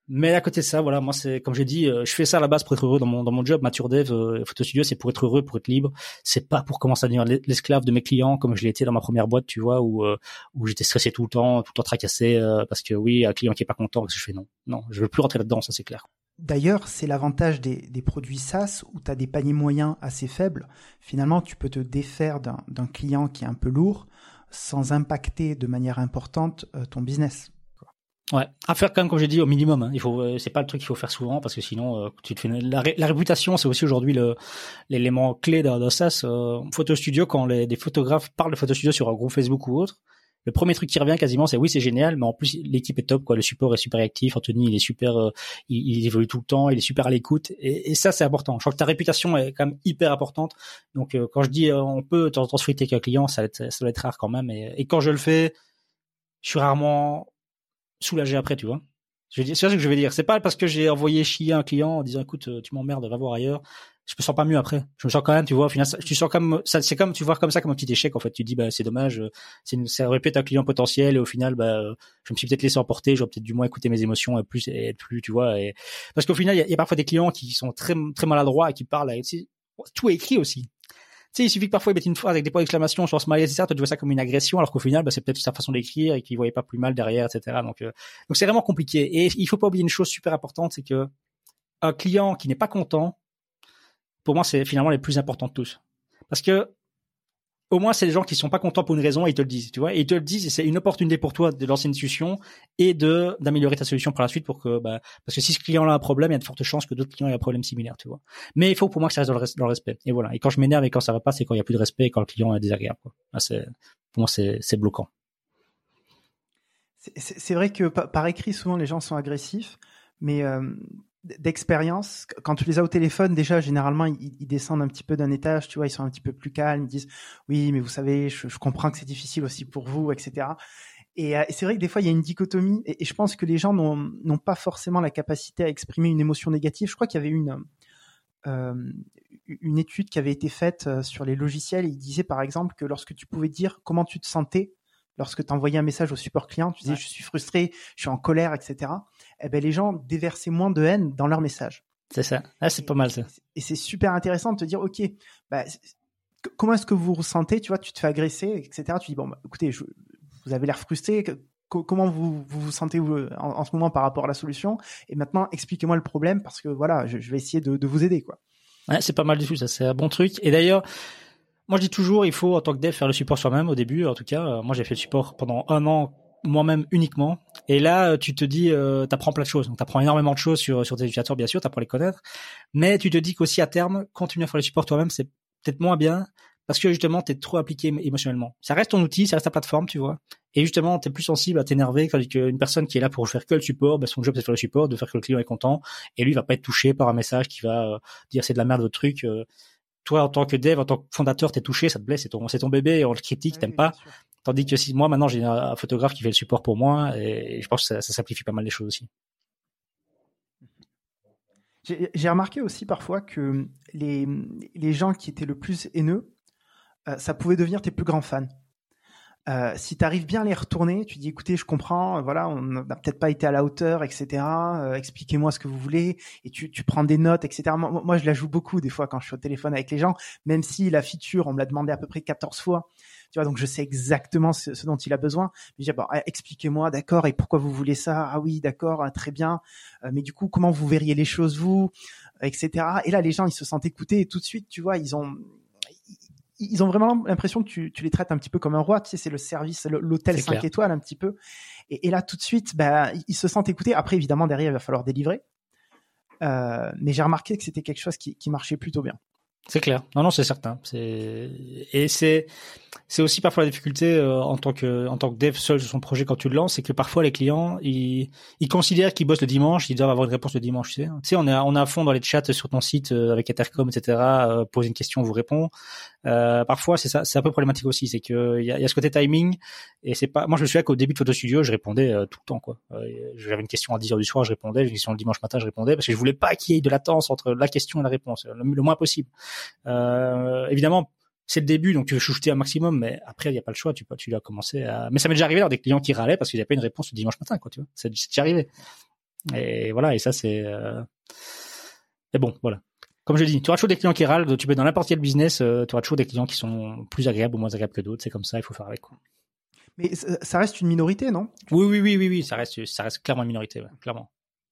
Mais à côté de ça, voilà, moi c'est comme j'ai dit, je fais ça à la base pour être heureux dans mon job, Mature Dev, photo studio, c'est pour être heureux, pour être libre. C'est pas pour commencer à devenir l'esclave de mes clients comme je l'ai été dans ma première boîte, tu vois, où j'étais stressé tout le temps tracassé parce que oui, un client qui est pas content, parce que je fais non, je veux plus rentrer là-dedans, ça c'est clair. D'ailleurs, c'est l'avantage des produits SaaS où tu as des paniers moyens assez faibles. Finalement, tu peux te défaire d'un client qui est un peu lourd sans impacter de manière importante ton business. Ouais, à faire quand même comme j'ai dit au minimum. Hein. Il faut, c'est pas le truc qu'il faut faire souvent parce que sinon tu te fais la réputation, c'est aussi aujourd'hui l'élément clé d'un SaaS. Photo studio, quand des photographes parlent de photo studio sur un groupe Facebook ou autre, le premier truc qui revient quasiment, c'est oui, c'est génial, mais en plus l'équipe est top, quoi. Le support est super actif. Anthony, il est super, il évolue tout le temps, il est super à l'écoute, et ça c'est important. Je crois que ta réputation est quand même hyper importante. Donc quand je dis on peut de temps en temps se friter avec un client, ça doit être rare quand même. Et quand je le fais, je suis rarement soulagé après, tu vois. C'est ça que je vais dire. C'est pas parce que j'ai envoyé chier un client en disant écoute, tu m'emmerdes, va voir ailleurs. Je me sens pas mieux après. Je me sens quand même, tu vois, au final, tu sens comme ça, c'est comme tu vois comme ça comme un petit échec en fait. Tu te dis bah c'est dommage, ça aurait pu être un client potentiel et au final je me suis peut-être laissé emporter, j'aurais peut-être du moins écouter mes émotions et être plus, tu vois. Et parce qu'au final il y a parfois des clients qui sont très très maladroits et qui parlent avec tout est écrit aussi. Tu sais, il suffit que parfois ils mettent une phrase avec des points d'exclamation sur smiley, etc. Toi, tu vois ça comme une agression, alors qu'au final, c'est peut-être sa façon d'écrire et qu'ils voyaient pas plus mal derrière, etc. Donc c'est vraiment compliqué. Et il faut pas oublier une chose super importante, c'est que un client qui n'est pas content, pour moi, c'est finalement les plus importants de tous. Parce que au moins, c'est les gens qui sont pas contents pour une raison et ils te le disent, tu vois. Et ils te le disent et c'est une opportunité pour toi de lancer une discussion et d'améliorer ta solution par la suite pour que, parce que si ce client-là a un problème, il y a de fortes chances que d'autres clients aient un problème similaire, tu vois. Mais il faut pour moi que ça reste dans le respect. Et voilà. Et quand je m'énerve et quand ça va pas, c'est quand il y a plus de respect et quand le client est désagréable, quoi. Là, pour moi, c'est bloquant. C'est vrai que par écrit, souvent les gens sont agressifs, mais d'expérience, quand tu les as au téléphone, déjà généralement ils descendent un petit peu d'un étage, tu vois, ils sont un petit peu plus calmes, ils disent oui, mais vous savez, je comprends que c'est difficile aussi pour vous, etc. Et c'est vrai que des fois il y a une dichotomie, et je pense que les gens n'ont pas forcément la capacité à exprimer une émotion négative. Je crois qu'il y avait une étude qui avait été faite sur les logiciels, et il disait par exemple que lorsque tu pouvais dire comment tu te sentais lorsque tu envoyais un message au support client, tu disais je suis frustré, je suis en colère, etc. Eh ben les gens déversaient moins de haine dans leur message. C'est ça. Ah, c'est pas mal ça. Et c'est super intéressant de te dire ok, comment est-ce que vous ressentez, tu vois, tu te fais agresser, etc. Tu dis bon, écoutez, vous avez l'air frustré. Comment vous sentez en ce moment par rapport à la solution? Et maintenant, expliquez-moi le problème parce que voilà, je vais essayer de vous aider, quoi. Ouais, c'est pas mal du tout, ça, c'est un bon truc. Et d'ailleurs, moi je dis toujours, il faut en tant que dev faire le support soi-même au début. En tout cas, moi j'ai fait le support pendant 1 an moi-même uniquement. Et là, tu te dis, t'apprends plein de choses. Donc t'apprends énormément de choses sur tes utilisateurs, bien sûr, t'apprends à les connaître. Mais tu te dis qu'aussi à terme, continuer à faire le support toi-même, c'est peut-être moins bien parce que justement t'es trop appliqué émotionnellement. Ça reste ton outil, ça reste ta plateforme, tu vois. Et justement, t'es plus sensible à t'énerver quand une personne qui est là pour faire que le support, son job c'est de faire le support, de faire que le client est content. Et lui il va pas être touché par un message qui va dire c'est de la merde votre truc. Toi, en tant que dev, en tant que fondateur, t'es touché, ça te blesse, c'est ton bébé, on le critique, t'aimes pas. Tandis que si moi, maintenant, j'ai un photographe qui fait le support pour moi, et je pense que ça simplifie pas mal les choses aussi. J'ai remarqué aussi parfois que les gens qui étaient le plus haineux, ça pouvait devenir tes plus grands fans. Si tu arrives bien à les retourner, tu dis écoutez, je comprends, voilà, on n'a peut-être pas été à la hauteur, etc. Expliquez-moi ce que vous voulez, et tu prends des notes, etc. Moi, je la joue beaucoup des fois quand je suis au téléphone avec les gens, même si la feature, on me l'a demandé à peu près 14 fois. Tu vois, donc je sais exactement ce dont il a besoin. Mais je dis bon, expliquez-moi, d'accord, et pourquoi vous voulez ça? Ah oui, d'accord, très bien. Mais du coup, comment vous verriez les choses, vous, etc. Et là, les gens, ils se sentent écoutés, et tout de suite, tu vois, ils ont vraiment l'impression que tu les traites un petit peu comme un roi. Tu sais, c'est le service, l'hôtel 5 étoiles un petit peu. Et là, tout de suite, ils se sentent écoutés. Après, évidemment, derrière, il va falloir délivrer. Mais j'ai remarqué que c'était quelque chose qui marchait plutôt bien. C'est clair. Non, c'est certain. C'est aussi parfois la difficulté en tant que dev seul sur son projet quand tu le lances, c'est que parfois les clients ils considèrent qu'ils bossent le dimanche, ils doivent avoir une réponse le dimanche. Tu sais, on est à fond dans les chats sur ton site avec Ethercom, etc. Poser une question, on vous répond. Parfois c'est ça, c'est un peu problématique aussi, c'est que il y a ce côté timing et c'est pas. Moi je me souviens qu'au début de Photo Studio, je répondais tout le temps quoi. J'avais une question à 10h du soir, je répondais. J'avais une question le dimanche matin, je répondais parce que je voulais pas qu'il y ait de latence entre la question et la réponse, le moins possible. Évidemment. C'est le début, donc tu veux chouchouter un maximum, mais après, il n'y a pas le choix, tu dois commencer à... Mais ça m'est déjà arrivé, alors des clients qui râlaient parce qu'ils n'avaient pas une réponse le dimanche matin, quoi, tu vois. C'est déjà arrivé. Et voilà, et ça c'est. Mais bon, voilà. Comme je dis, tu auras toujours des clients qui râlent. Tu peux dans n'importe quel business, tu auras toujours des clients qui sont plus agréables ou moins agréables que d'autres. C'est comme ça, il faut faire avec, quoi. Mais ça reste une minorité, non? Oui. Ça reste clairement une minorité, ouais. Clairement.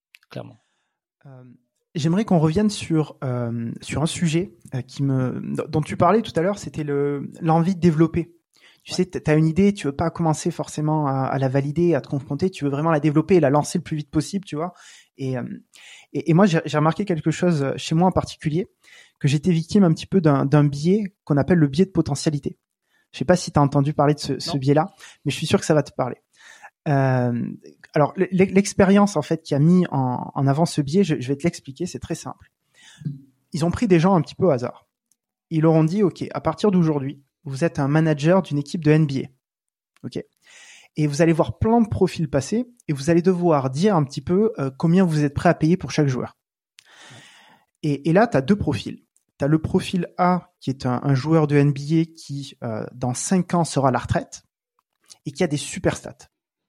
J'aimerais qu'on revienne sur un sujet dont tu parlais tout à l'heure, c'était l'envie de développer. Tu sais, t'as une idée, tu veux pas commencer forcément à la valider, à te confronter, tu veux vraiment la développer et la lancer le plus vite possible, tu vois. Et moi, j'ai remarqué quelque chose chez moi en particulier, que j'étais victime un petit peu d'un biais qu'on appelle le biais de potentialité. Je sais pas si tu as entendu parler de ce biais-là, mais je suis sûr que ça va te parler. Alors, l'expérience en fait qui a mis en avant ce biais, je vais te l'expliquer, c'est très simple. Ils ont pris des gens un petit peu au hasard. Ils leur ont dit, OK, à partir d'aujourd'hui, vous êtes un manager d'une équipe de NBA. OK. Et vous allez voir plein de profils passer et vous allez devoir dire un petit peu combien vous êtes prêt à payer pour chaque joueur. Et là, tu as deux profils. Tu as le profil A, qui est un joueur de NBA qui, dans 5 ans, sera à la retraite et qui a des super stats.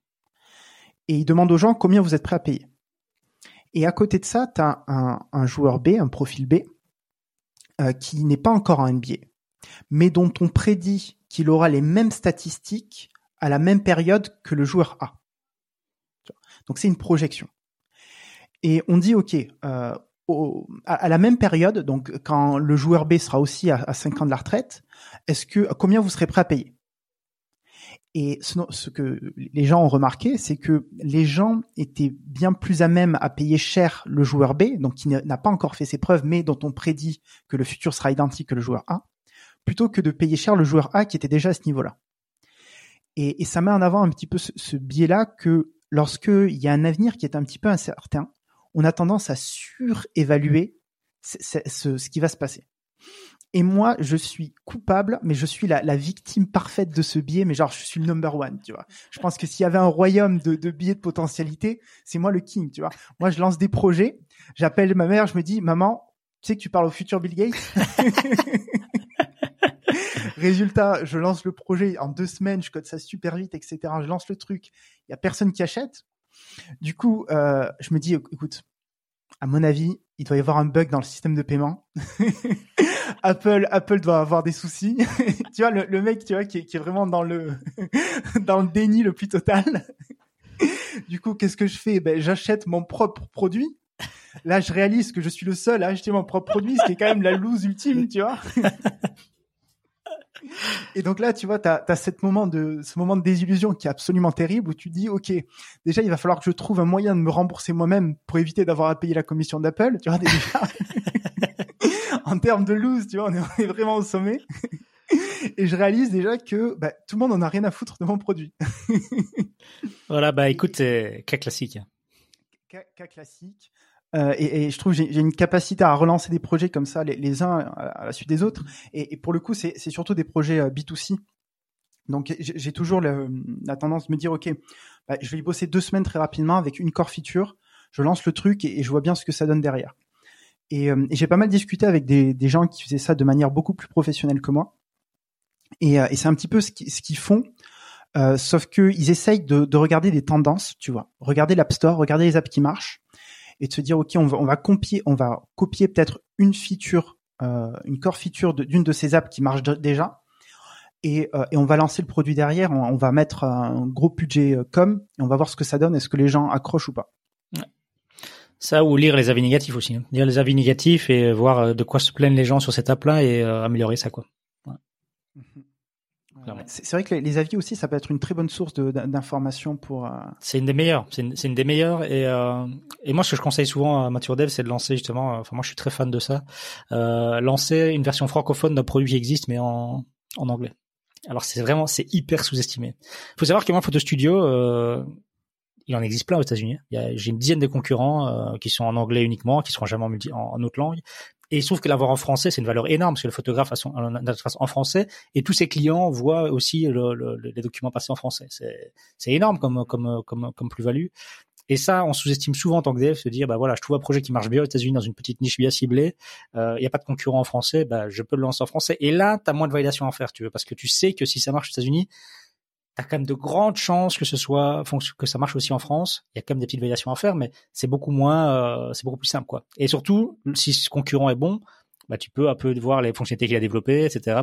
Et il demande aux gens combien vous êtes prêts à payer. Et à côté de ça, tu as un joueur B, un profil B, qui n'est pas encore en NBA, mais dont on prédit qu'il aura les mêmes statistiques à la même période que le joueur A. Donc c'est une projection. Et on dit, OK, à la même période, donc quand le joueur B sera aussi à 5 ans de la retraite, combien vous serez prêt à payer? Et ce que les gens ont remarqué, c'est que les gens étaient bien plus à même à payer cher le joueur B, donc qui n'a pas encore fait ses preuves, mais dont on prédit que le futur sera identique que le joueur A, plutôt que de payer cher le joueur A qui était déjà à ce niveau-là. Et ça met en avant un petit peu ce biais-là que lorsqu'il y a un avenir qui est un petit peu incertain, on a tendance à surévaluer ce qui va se passer. Et moi, je suis coupable, mais je suis la victime parfaite de ce biais, mais genre, je suis le number one, tu vois. Je pense que s'il y avait un royaume de biais de potentialité, c'est moi le king, tu vois. Moi, je lance des projets, j'appelle ma mère, je me dis, maman, tu sais que tu parles au futur Bill Gates? Résultat, je lance le projet en 2 semaines, je code ça super vite, etc. Je lance le truc, il y a personne qui achète. Du coup, je me dis, écoute, à mon avis, il doit y avoir un bug dans le système de paiement. Apple doit avoir des soucis. Tu vois, le mec, tu vois, qui est vraiment dans le déni le plus total. Du coup, qu'est-ce que je fais? Ben, j'achète mon propre produit. Là, je réalise que je suis le seul à acheter mon propre produit, ce qui est quand même la loose ultime, tu vois. Et donc là, tu vois, t'as ce moment de désillusion qui est absolument terrible où tu dis, OK, déjà, il va falloir que je trouve un moyen de me rembourser moi-même pour éviter d'avoir à payer la commission d'Apple. Tu vois, déjà, en termes de loose, tu vois, on est vraiment au sommet. Et je réalise déjà que tout le monde en a rien à foutre de mon produit. Voilà, écoute, cas classique. Cas classique. Et je trouve que j'ai une capacité à relancer des projets comme ça, les uns à la suite des autres. Et pour le coup, c'est surtout des projets B2C. Donc, j'ai toujours la tendance de me dire, OK, je vais y bosser 2 semaines très rapidement avec une core feature. Je lance le truc et je vois bien ce que ça donne derrière. Et j'ai pas mal discuté avec des gens qui faisaient ça de manière beaucoup plus professionnelle que moi. Et c'est un petit peu ce qu'ils font. Sauf que ils essayent de regarder des tendances, tu vois. Regarder l'App Store, regarder les apps qui marchent. Et de se dire, OK, on va copier peut-être une feature, une core feature d'une de ces apps qui marche déjà. Et on va lancer le produit derrière. On va mettre un gros budget com et on va voir ce que ça donne. Est-ce que les gens accrochent ou pas? Ouais. Ça, ou lire les avis négatifs aussi. Hein. Lire les avis négatifs et voir de quoi se plaignent les gens sur cette app-là et améliorer ça, quoi. Ouais. C'est vrai que les avis aussi, ça peut être une très bonne source d'informations pour. C'est une des meilleures. C'est une des meilleures. Et moi, ce que je conseille souvent à MatureDev, c'est de lancer justement. Enfin, moi, je suis très fan de ça. Lancer une version francophone d'un produit qui existe, mais en anglais. Alors, c'est hyper sous-estimé. Faut savoir que moi, Photo Studio, il en existe plein aux États-Unis. J'ai une dizaine de concurrents qui sont en anglais uniquement, qui seront jamais en autre langue. Et il se trouve que l'avoir en français, c'est une valeur énorme parce que le photographe a son interface en français et tous ses clients voient aussi les documents passés en français. C'est énorme comme plus-value. Et ça, on sous-estime souvent en tant que dev, se dire, voilà, je trouve un projet qui marche bien aux États-Unis dans une petite niche bien ciblée. Il y a pas de concurrent en français, je peux le lancer en français. Et là, t'as moins de validation à faire, tu veux, parce que tu sais que si ça marche aux États-Unis, t'as quand même de grandes chances que que ça marche aussi en France. Il y a quand même des petites validations à faire, mais c'est beaucoup plus simple, quoi. Et surtout, si ce concurrent est bon, bah, tu peux un peu voir les fonctionnalités qu'il a développées, etc.,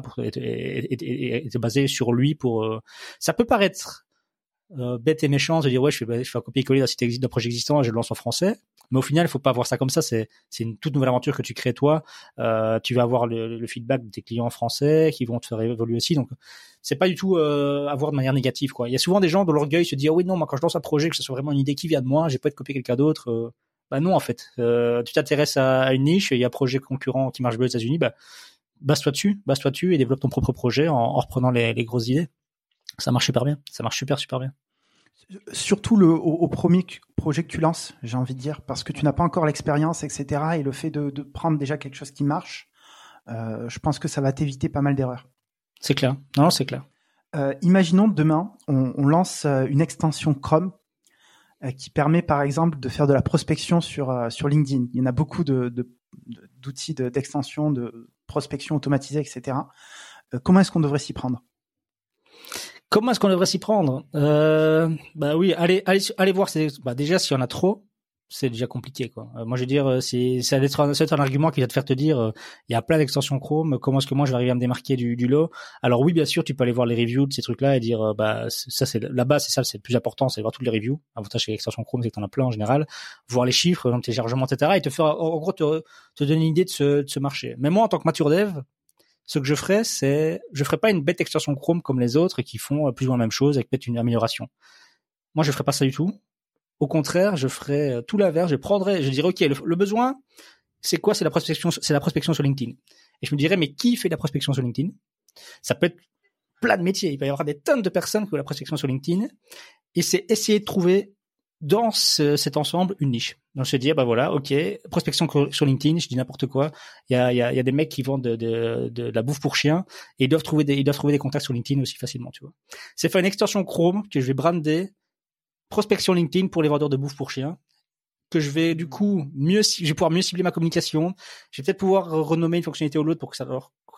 et te baser sur lui ça peut paraître, bête et méchant de dire ouais je fais un copier-coller d'un projet existant et je le lance en français, mais au final il faut pas voir ça comme ça. C'est une toute nouvelle aventure que tu crées toi. Tu vas avoir le feedback de tes clients français qui vont te faire évoluer aussi, donc c'est pas du tout à voir de manière négative, quoi. Il y a souvent des gens dont l'orgueil se dit ah oui non, moi quand je lance un projet, que ce soit vraiment une idée qui vient de moi, j'ai pas de copier quelqu'un d'autre. Bah non, en fait, tu t'intéresses à une niche, il y a un projet concurrent qui marche bien aux États-Unis, bah base-toi dessus et développe ton propre projet en reprenant les grosses idées. Ça marche super bien, ça marche super bien. Surtout au premier projet que tu lances, j'ai envie de dire, parce que tu n'as pas encore l'expérience, etc. Et le fait de prendre déjà quelque chose qui marche, je pense que ça va t'éviter pas mal d'erreurs. C'est clair. Non, c'est clair. Imaginons demain, on lance une extension Chrome qui permet par exemple de faire de la prospection sur LinkedIn. Il y en a beaucoup d'outils d'extension, de prospection automatisée, etc. Comment est-ce qu'on devrait s'y prendre ? Comment est-ce qu'on devrait s'y prendre ? Bah oui, allez voir. Déjà, s'il y en a trop, c'est déjà compliqué, quoi. Moi, je veux dire, ça va être un argument qui va te faire te dire, il y a plein d'extensions Chrome. Comment est-ce que moi je vais arriver à me démarquer du lot ? Alors oui, bien sûr, tu peux aller voir les reviews de ces trucs-là et dire, bah ça c'est là-bas, c'est le plus important, c'est de voir toutes les reviews. L'avantage chez l'extension Chrome, c'est que t'en as plein en général. Voir les chiffres, le téléchargement, etc. Et te faire, en gros, te donner une idée de ce marché. Mais moi, en tant que mature dev, ce que je ferais pas une bête extension Chrome comme les autres qui font plus ou moins la même chose avec peut-être une amélioration. Moi, je ferais pas ça du tout. Au contraire, je ferais tout l'inverse. Je dirais, OK, le besoin, c'est quoi? C'est la prospection sur LinkedIn. Et je me dirais, mais qui fait de la prospection sur LinkedIn? Ça peut être plein de métiers. Il peut y avoir des tonnes de personnes qui font de la prospection sur LinkedIn. Et c'est essayer de trouver dans cet ensemble une niche. Donc je dis bah voilà, ok, prospection sur LinkedIn, je dis n'importe quoi. Il y a des mecs qui vendent de la bouffe pour chiens et ils doivent trouver des contacts sur LinkedIn aussi facilement, tu vois. C'est faire une extension Chrome que je vais brander prospection LinkedIn pour les vendeurs de bouffe pour chiens, que je vais du coup je vais pouvoir mieux cibler ma communication. Je vais peut-être pouvoir renommer une fonctionnalité ou l'autre pour que ça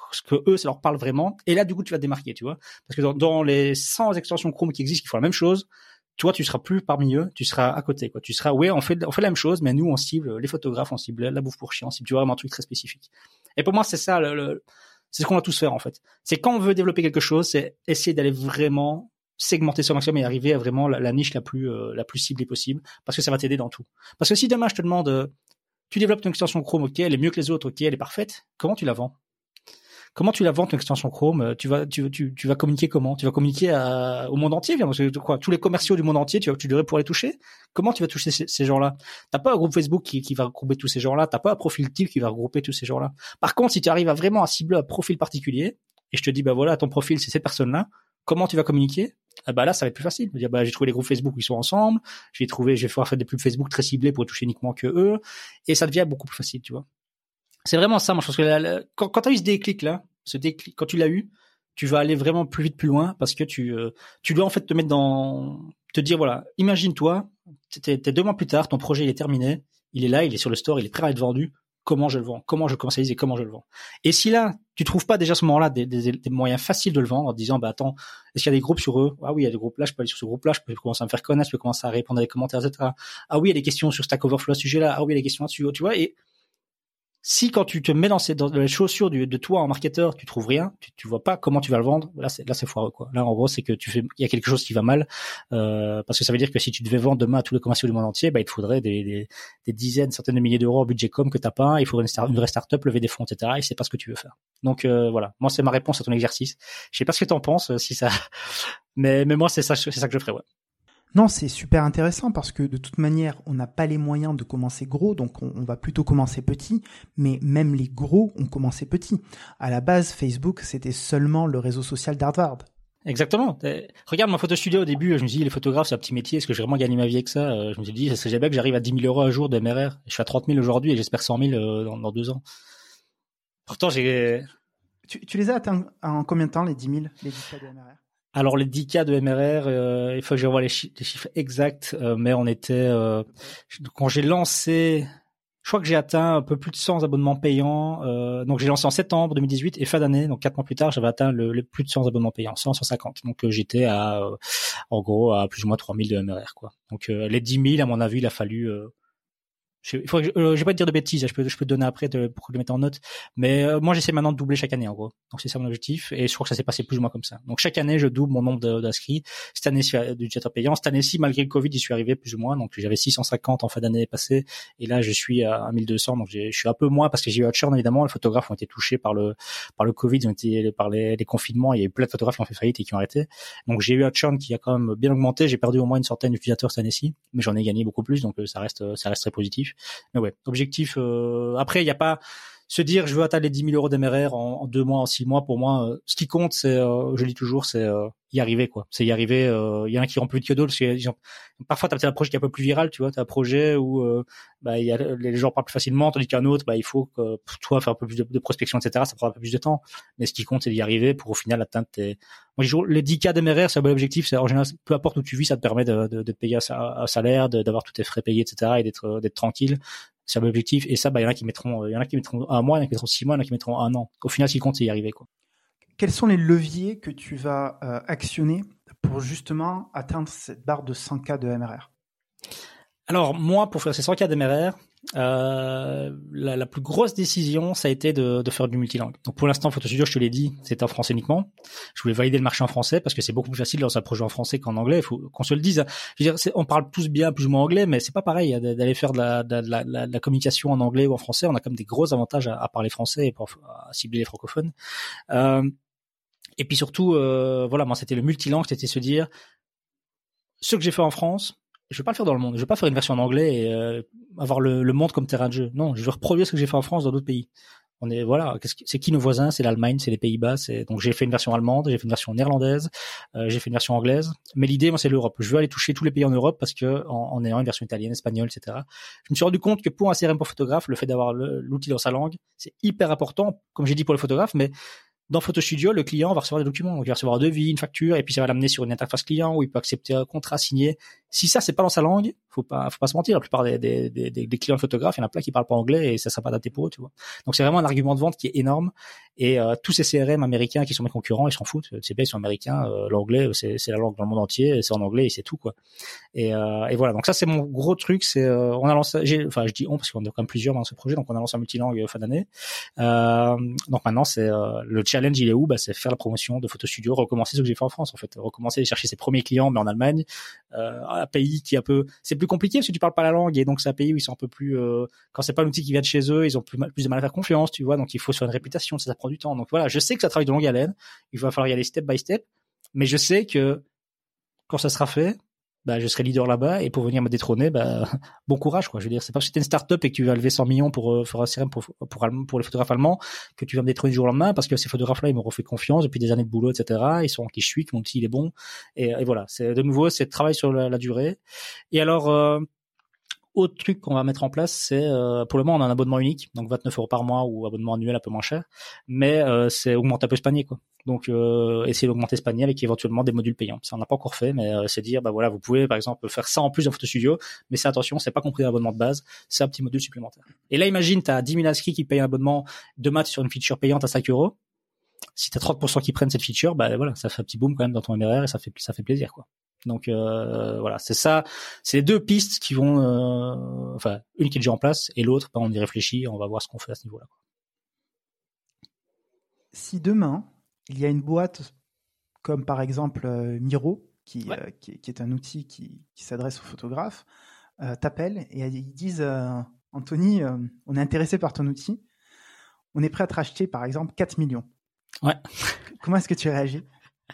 leur parle vraiment. Et là du coup tu vas te démarquer, tu vois, parce que dans les 100 extensions Chrome qui existent qui font la même chose, toi, tu seras plus parmi eux, tu seras à côté, quoi. Tu seras, ouais, on fait la même chose, mais nous, on cible les photographes, on cible la bouffe pour chiens, on cible, tu vois, vraiment un truc très spécifique. Et pour moi, c'est ça, c'est ce qu'on va tous faire, en fait. C'est quand on veut développer quelque chose, c'est essayer d'aller vraiment segmenter sur maximum et arriver à vraiment la niche la plus ciblée possible, parce que ça va t'aider dans tout. Parce que si demain, je te demande, tu développes ton extension Chrome, ok, elle est mieux que les autres, ok, elle est parfaite, comment tu la vends? Comment tu la vends ton extension Chrome? Tu vas communiquer comment? Tu vas communiquer au monde entier, parce que quoi? Tous les commerciaux du monde entier, tu devrais pouvoir les toucher. Comment tu vas toucher ces gens-là? T'as pas un groupe Facebook qui va regrouper tous ces gens-là. T'as pas un profil type qui va regrouper tous ces gens-là. Par contre, si tu arrives vraiment à cibler un profil particulier, et je te dis bah voilà, ton profil c'est cette personne-là, comment tu vas communiquer? Ah bah là, ça va être plus facile. Je veux dire, bah j'ai trouvé les groupes Facebook où ils sont ensemble. Je vais pouvoir faire des pubs Facebook très ciblées pour toucher uniquement que eux, et ça devient beaucoup plus facile, tu vois. C'est vraiment ça, moi je pense que quand tu as eu ce déclic là, quand tu l'as eu, tu vas aller vraiment plus vite, plus loin, parce que tu dois en fait te dire voilà, imagine-toi, t'es 2 mois plus tard, ton projet il est terminé, il est là, il est sur le store, il est prêt à être vendu. Comment je le vends? Comment je le commercialise et comment je le vends? Et si là, tu trouves pas déjà à ce moment-là des moyens faciles de le vendre en disant bah attends, est-ce qu'il y a des groupes sur eux? Ah oui, il y a des groupes là, je peux aller sur ce groupe-là, je peux commencer à me faire connaître, je peux commencer à répondre à des commentaires, etc. Ah oui, il y a des questions sur Stack Overflow à ce sujet-là. Ah oui, il y a des questions là-dessus, tu vois. Et si quand tu te mets dans les chaussures de toi en marketeur, tu trouves rien, tu vois pas comment tu vas le vendre, là c'est foireux, quoi. Là en gros c'est que il y a quelque chose qui va mal, parce que ça veut dire que si tu devais vendre demain à tous les commerciaux du monde entier, bah il te faudrait des dizaines, centaines de milliers d'euros en budget com que t'as pas, il faudrait une vraie start-up, lever des fonds, etc. Et c'est pas ce que tu veux faire. Donc voilà, moi c'est ma réponse à ton exercice. Je sais pas ce que t'en penses, si ça, mais moi c'est ça que je ferais, ouais. Non, c'est super intéressant parce que de toute manière, on n'a pas les moyens de commencer gros, donc on va plutôt commencer petit, mais même les gros ont commencé petit. À la base, Facebook, c'était seulement le réseau social d'Harvard. Exactement. Regarde ma photo studio au début, je me suis dit les photographes c'est un petit métier, est-ce que j'ai vraiment gagné ma vie avec ça? Je me suis dit ça serait jamais que j'arrive à 10 000 euros un jour de MRR. Je suis à 30 000 aujourd'hui et j'espère 100 000 dans 2 ans. Pourtant j'ai... Tu les as atteints en combien de temps les 10 000, les 10 cas de MRR? Alors les 10 cas de MRR, il faut que je revoie les chiffres exacts, mais on était quand j'ai lancé Je crois que j'ai atteint un peu plus de 100 abonnements payants. Donc j'ai lancé en septembre 2018 et fin d'année, donc 4 mois plus tard, j'avais atteint le plus de 100 abonnements payants, 150. Donc j'étais à, en gros, à plus ou moins 3000 de MRR, quoi. Donc les 10 000, à mon avis, il a fallu... il faut que je vais pas te dire de bêtises, je peux te donner après pour que je le mette en note. Mais moi, j'essaie maintenant de doubler chaque année, en gros. Donc c'est ça mon objectif, et je crois que ça s'est passé plus ou moins comme ça. Donc chaque année, je double mon nombre d'inscrits. Cette année, d'utilisateurs payants. Cette année-ci, malgré le Covid, j'y suis arrivé plus ou moins. Donc j'avais 650 en fin d'année passée, et là, je suis à 1200. Donc je suis un peu moins parce que j'ai eu un churn, évidemment. Les photographes ont été touchés par le Covid, ils ont été par les confinements. Il y a eu plein de photographes qui ont fait faillite et qui ont arrêté. Donc j'ai eu un churn qui a quand même bien augmenté. J'ai perdu au moins une centaine d'utilisateurs cette année-ci, mais j'en ai gagné beaucoup plus. Donc ça reste très positif. Mais ouais, objectif. Après, il n'y a pas se dire je veux atteindre les 10 000 euros d'MRR en 2 mois, en 6 mois. Pour moi, ce qui compte, c'est, je dis toujours, c'est y arriver, quoi. C'est y arriver. Il y en a qui rend plus vite que d'autres. Parfois, t'as peut-être un projet qui est un peu plus viral, tu vois. T'as un projet où il y a les gens parlent plus facilement, tandis qu'un autre, il faut que pour toi faire un peu plus de prospection, etc. Ça prend un peu plus de temps. Mais ce qui compte, c'est d'y arriver pour au final atteindre tes. Moi, les 10K d'MRR, c'est un bon objectif. C'est en général, peu importe où tu vis, ça te permet de payer un salaire, d'avoir tous tes frais payés, etc. et d'être tranquille. C'est un bon objectif. Et ça, il y en a qui mettront 1 mois, il y en a qui mettront 6 mois, il y en a qui mettront 1 an. Au final, ce qui compte, c'est y arriver, quoi. Quels sont les leviers que tu vas actionner pour justement atteindre cette barre de 100K de MRR? Alors moi, pour faire ces 100K d'MRR, la plus grosse décision, ça a été de faire du multilingue. Donc pour l'instant, Photostudio, je te l'ai dit, c'était en français uniquement. Je voulais valider le marché en français parce que c'est beaucoup plus facile de lancer un projet en français qu'en anglais. Il faut qu'on se le dise. Je veux dire, on parle tous bien, plus ou moins anglais, mais c'est pas pareil d'aller faire de la communication en anglais ou en français. On a quand même des gros avantages à parler français et à cibler les francophones. Et puis surtout, voilà, moi c'était le multilingue, c'était se dire ce que j'ai fait en France. Je vais pas le faire dans le monde. Je vais pas faire une version en anglais et avoir le monde comme terrain de jeu. Non, je veux reproduire ce que j'ai fait en France dans d'autres pays. C'est qui nos voisins? C'est l'Allemagne, c'est les Pays-Bas. Donc j'ai fait une version allemande, j'ai fait une version néerlandaise, j'ai fait une version anglaise. Mais l'idée, moi, c'est l'Europe. Je veux aller toucher tous les pays en Europe parce que en ayant une version italienne, espagnole, etc. Je me suis rendu compte que pour un CRM pour photographe, le fait d'avoir l'outil dans sa langue, c'est hyper important, comme j'ai dit pour le photographe, mais dans Photostudio, le client va recevoir des documents. Donc, il va recevoir un devis, une facture, et puis ça va l'amener sur une interface client où il peut accepter un contrat signé. Si ça, c'est pas dans sa langue, faut pas se mentir. La plupart des clients de photographes, il y en a plein qui parlent pas anglais et ça sera pas adapté pour eux, tu vois. Donc, c'est vraiment un argument de vente qui est énorme. Et tous ces CRM américains qui sont mes concurrents, ils s'en foutent. C'est bien, ils sont américains. L'anglais, c'est la langue dans le monde entier. C'est en anglais et c'est tout, quoi. Et voilà. Donc ça, c'est mon gros truc. C'est on a lancé. Je dis on parce qu'on est quand même plusieurs dans ce projet. Donc on a lancé un multilangue fin d'année. Donc maintenant, c'est le challenge, il est où? C'est faire la promotion de Photostudio, recommencer ce que j'ai fait en France, en fait, recommencer à chercher ses premiers clients, mais en Allemagne, un pays qui est un peu, c'est plus compliqué parce que tu parles pas la langue et donc c'est un pays où ils sont un peu plus, quand c'est pas un outil qui vient de chez eux, ils ont plus de mal à faire confiance, tu vois, donc il faut se faire une réputation, ça prend du temps. Donc voilà, je sais que ça travaille de longue haleine, il va falloir y aller step by step, mais je sais que quand ça sera fait, je serai leader là-bas et pour venir me détrôner, bon courage, quoi. Je veux dire, c'est pas parce que t'es une start-up et que tu vas lever 100 millions pour faire un CRM pour les photographes allemands que tu vas me détrôner du jour au lendemain parce que ces photographes-là, ils m'ont refait confiance depuis des années de boulot, etc. Ils sont en qui je suis, que mon outil, il est bon. Et voilà. C'est, de nouveau, c'est de travail sur la durée. Et alors, autre truc qu'on va mettre en place, c'est pour le moment on a un abonnement unique, donc 29 € par mois ou abonnement annuel un peu moins cher, mais c'est augmenter un peu ce panier, quoi. Donc essayer d'augmenter ce panier avec éventuellement des modules payants. Ça on n'a pas encore fait, mais c'est dire voilà, vous pouvez par exemple faire ça en plus dans Photostudio, mais c'est attention, c'est pas compris dans l'abonnement de base, c'est un petit module supplémentaire. Et là imagine t'as 10 000 inscrits qui payent un abonnement de maths sur une feature payante à 5 €. Si t'as 30% qui prennent cette feature, voilà, ça fait un petit boom quand même dans ton MRR et ça fait plaisir, quoi. Donc voilà, c'est ça, c'est les deux pistes qui vont, une qui est déjà en place et l'autre, on y réfléchit, on va voir ce qu'on fait à ce niveau-là. Si demain il y a une boîte comme par exemple Miro, qui est un outil qui s'adresse aux photographes, t'appelle et ils disent Anthony, on est intéressé par ton outil, on est prêt à te racheter par exemple 4 millions. Ouais. Comment est-ce que tu réagis?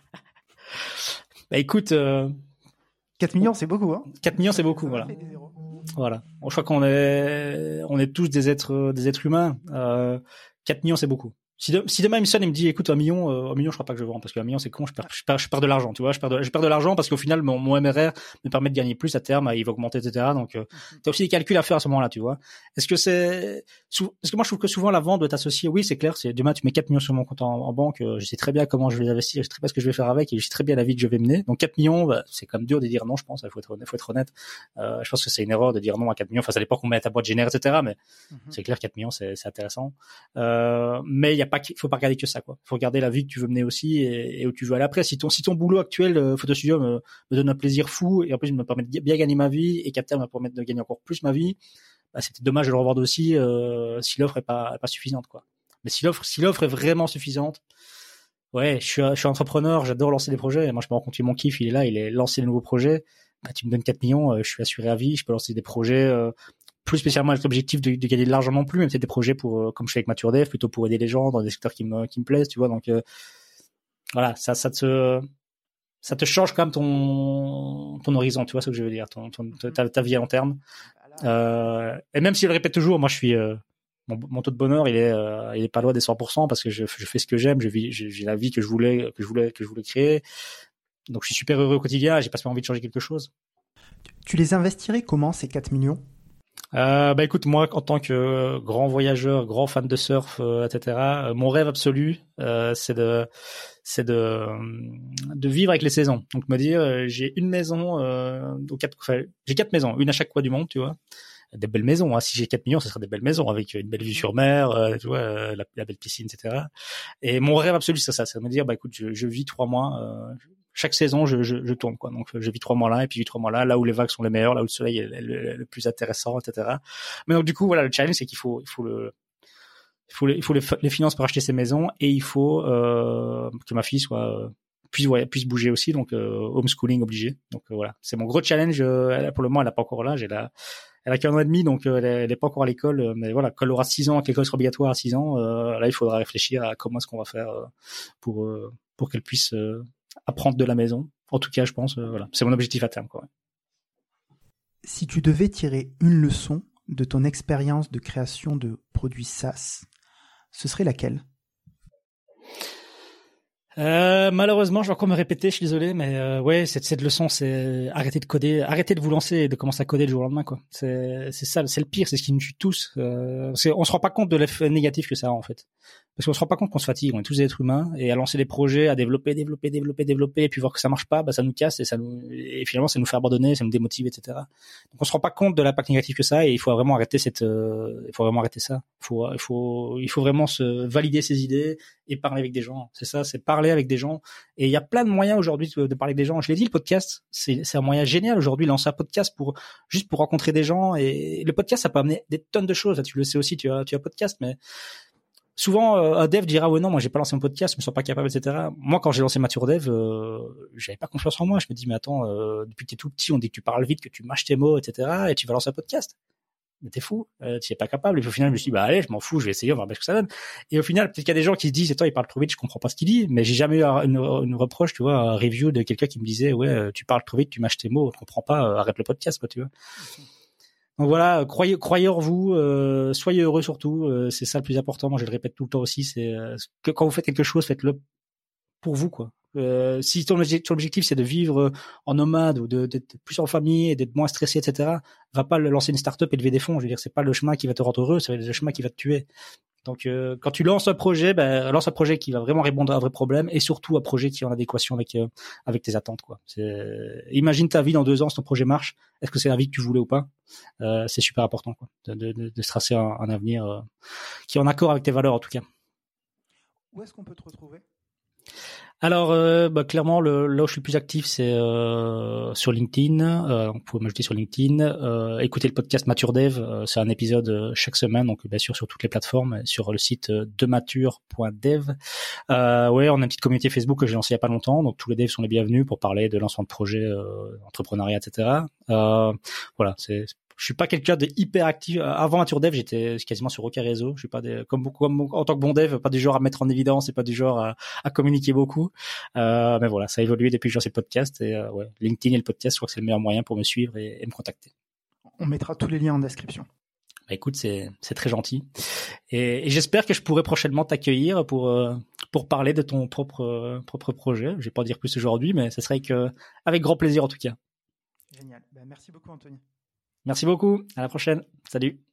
Écoute, 4 millions, c'est beaucoup, hein. 4 millions, c'est beaucoup, voilà. Voilà. Je crois qu'on est tous des êtres humains. 4 millions, c'est beaucoup. Si demain il me sonne et me dit écoute 1 million, je crois pas que je vends parce que 1 million c'est con, je perds de l'argent, tu vois, je perds de l'argent parce qu'au final mon MRR me permet de gagner plus à terme, il va augmenter, etc. Donc t'as aussi des calculs à faire à ce moment-là, tu vois. Parce que moi je trouve que souvent la vente doit être associée, oui c'est clair, c'est demain tu mets 4 millions sur mon compte en banque, je sais très bien comment je vais les investir, je sais très bien ce que je vais faire avec et je sais très bien la vie que je vais mener. Donc 4 millions, bah, c'est quand même dur de dire non, je pense, il faut être honnête. Je pense que c'est une erreur de dire non à 4 millions, enfin ça dépend combien ta boîte génère, etc. Mais c'est clair 4 millions c'est intéressant. Mais faut pas regarder que ça, quoi. Faut regarder la vie que tu veux mener aussi et où tu veux aller après. Si ton boulot actuel, photo studio me donne un plaisir fou et en plus me permet de bien gagner ma vie et qu'à terme me permet de gagner encore plus ma vie, bah, c'était dommage de le revendre aussi, si l'offre est pas suffisante, quoi. Mais si l'offre est vraiment suffisante, ouais, je suis entrepreneur, j'adore lancer des projets. Moi, je me rends compte que mon kiff, il est lancer de nouveaux projets. Bah, tu me donnes 4 millions, je suis assuré à vie, je peux lancer des projets, plus spécialement avec l'objectif de gagner de l'argent non plus, même si c'est des projets pour, comme je fais avec MatureDev, plutôt pour aider les gens dans des secteurs qui me plaisent, tu vois. Donc, voilà, ça te change quand même ton horizon, tu vois ce que je veux dire, ta vie à long terme. Et même si je le répète toujours, moi je suis, mon taux de bonheur, il est pas loin des 100% parce que je fais ce que j'aime, j'ai la vie que je voulais créer. Donc je suis super heureux au quotidien, j'ai pas spécialement envie de changer quelque chose. Tu les investirais comment ces 4 millions? Bah écoute, moi en tant que grand voyageur, grand fan de surf, etc. Mon rêve absolu, c'est de vivre avec les saisons. Donc me dire, j'ai une maison, j'ai 4 maisons, une à chaque coin du monde, tu vois. Des belles maisons, hein. Si j'ai 4 millions, ce sera des belles maisons avec une belle vue sur mer, tu vois, la belle piscine, etc. Et mon rêve absolu, c'est ça, c'est de me dire, bah écoute, je vis 3 mois. Chaque saison, je tourne, quoi. Donc, je vis 3 mois là, et puis je vis 3 mois là où les vagues sont les meilleures, là où le soleil est le plus intéressant, etc. Mais donc, du coup, voilà, le challenge, c'est qu'il faut les finances pour acheter ces maisons, et il faut, que ma fille puisse bouger aussi, donc, homeschooling obligé. Donc, voilà. C'est mon gros challenge. Pour le moment, elle n'a pas encore l'âge, elle a qu'un an et demi, donc elle est pas encore à l'école. Mais voilà, quand elle aura 6 ans, que l'école sera obligatoire à 6 ans, là, il faudra réfléchir à comment est-ce qu'on va faire pour qu'elle puisse apprendre de la maison. En tout cas, je pense, voilà, c'est mon objectif à terme, quoi. Si tu devais tirer une leçon de ton expérience de création de produits SaaS, ce serait laquelle? Malheureusement, je vais encore me répéter, je suis désolé, mais ouais, cette leçon, c'est arrêter de coder, arrêter de vous lancer et de commencer à coder le jour au lendemain, quoi. C'est ça, c'est le pire, c'est ce qui nous tue tous. On se rend pas compte de l'effet négatif que ça a, en fait. Parce qu'on se rend pas compte qu'on se fatigue, on est tous des êtres humains, et à lancer des projets, à développer, et puis voir que ça marche pas, bah ça nous casse et finalement ça nous fait abandonner, ça nous démotive, etc. Donc on se rend pas compte de l'impact négatif que ça a, et il faut vraiment arrêter ça. Il faut vraiment se valider ses idées et parler avec des gens. C'est ça, c'est parler avec des gens. Et il y a plein de moyens aujourd'hui de parler avec des gens. Je l'ai dit, le podcast, c'est un moyen génial aujourd'hui, lancer un podcast juste pour rencontrer des gens. Et le podcast, ça peut amener des tonnes de choses. Là, tu le sais aussi, tu as podcast, mais souvent, un dev dira, ouais, non, moi, j'ai pas lancé un podcast, je me sens pas capable, etc. Moi, quand j'ai lancé MatureDev, j'avais pas confiance en moi. Je me dis, mais attends, depuis que t'es tout petit, on dit que tu parles vite, que tu mâches tes mots, etc. Et tu vas lancer un podcast. Mais t'es fou, tu es pas capable. Et puis au final, je me suis dit, bah allez, je m'en fous, je vais essayer, on va voir ce que ça donne. Et au final, peut-être qu'il y a des gens qui se disent, attends, il parle trop vite, je comprends pas ce qu'il dit. Mais j'ai jamais eu une reproche, tu vois, un review de quelqu'un qui me disait, ouais, tu parles trop vite, tu mâches tes mots, on comprend pas, arrête le podcast, quoi, tu vois. Donc voilà, croyez en vous, soyez heureux surtout, c'est ça le plus important. Moi, je le répète tout le temps aussi, c'est que quand vous faites quelque chose, faites-le pour vous, quoi. Si ton objectif c'est de vivre en nomade ou d'être plus en famille et d'être moins stressé, etc., va pas lancer une start-up et lever des fonds. Je veux dire, c'est pas le chemin qui va te rendre heureux, c'est le chemin qui va te tuer. Donc, quand tu lances un projet, lance un projet qui va vraiment répondre à un vrai problème et surtout un projet qui est en adéquation avec tes attentes, quoi. Imagine ta vie dans 2 ans, si ton projet marche. Est-ce que c'est la vie que tu voulais ou pas? C'est super important, quoi, de se tracer un avenir qui est en accord avec tes valeurs, en tout cas. Où est-ce qu'on peut te retrouver? Alors, clairement, là où je suis le plus actif, c'est sur LinkedIn. Vous pouvez m'ajouter sur LinkedIn. Écoutez le podcast MatureDev. C'est un épisode chaque semaine, donc bien sûr sur toutes les plateformes, sur le site demature.dev. Ouais, on a une petite communauté Facebook que j'ai lancée il y a pas longtemps, donc tous les devs sont les bienvenus pour parler de lancement de projets, entrepreneuriat, etc. Voilà, je suis pas quelqu'un de hyper actif. Avant MatureDev, j'étais quasiment sur aucun réseau. Je suis pas comme en tant que bon dev, pas du genre à mettre en évidence et pas du genre à communiquer beaucoup. Mais voilà, ça a évolué depuis que j'ai lancé le podcast et ouais, LinkedIn et le podcast, je crois que c'est le meilleur moyen pour me suivre et me contacter. On mettra tous les liens en description. Bah, écoute, c'est très gentil. Et j'espère que je pourrai prochainement t'accueillir pour parler de ton propre projet. Je vais pas en dire plus aujourd'hui, mais ce serait avec grand plaisir en tout cas. Génial. Ben, merci beaucoup, Anthony. Merci beaucoup. À la prochaine. Salut.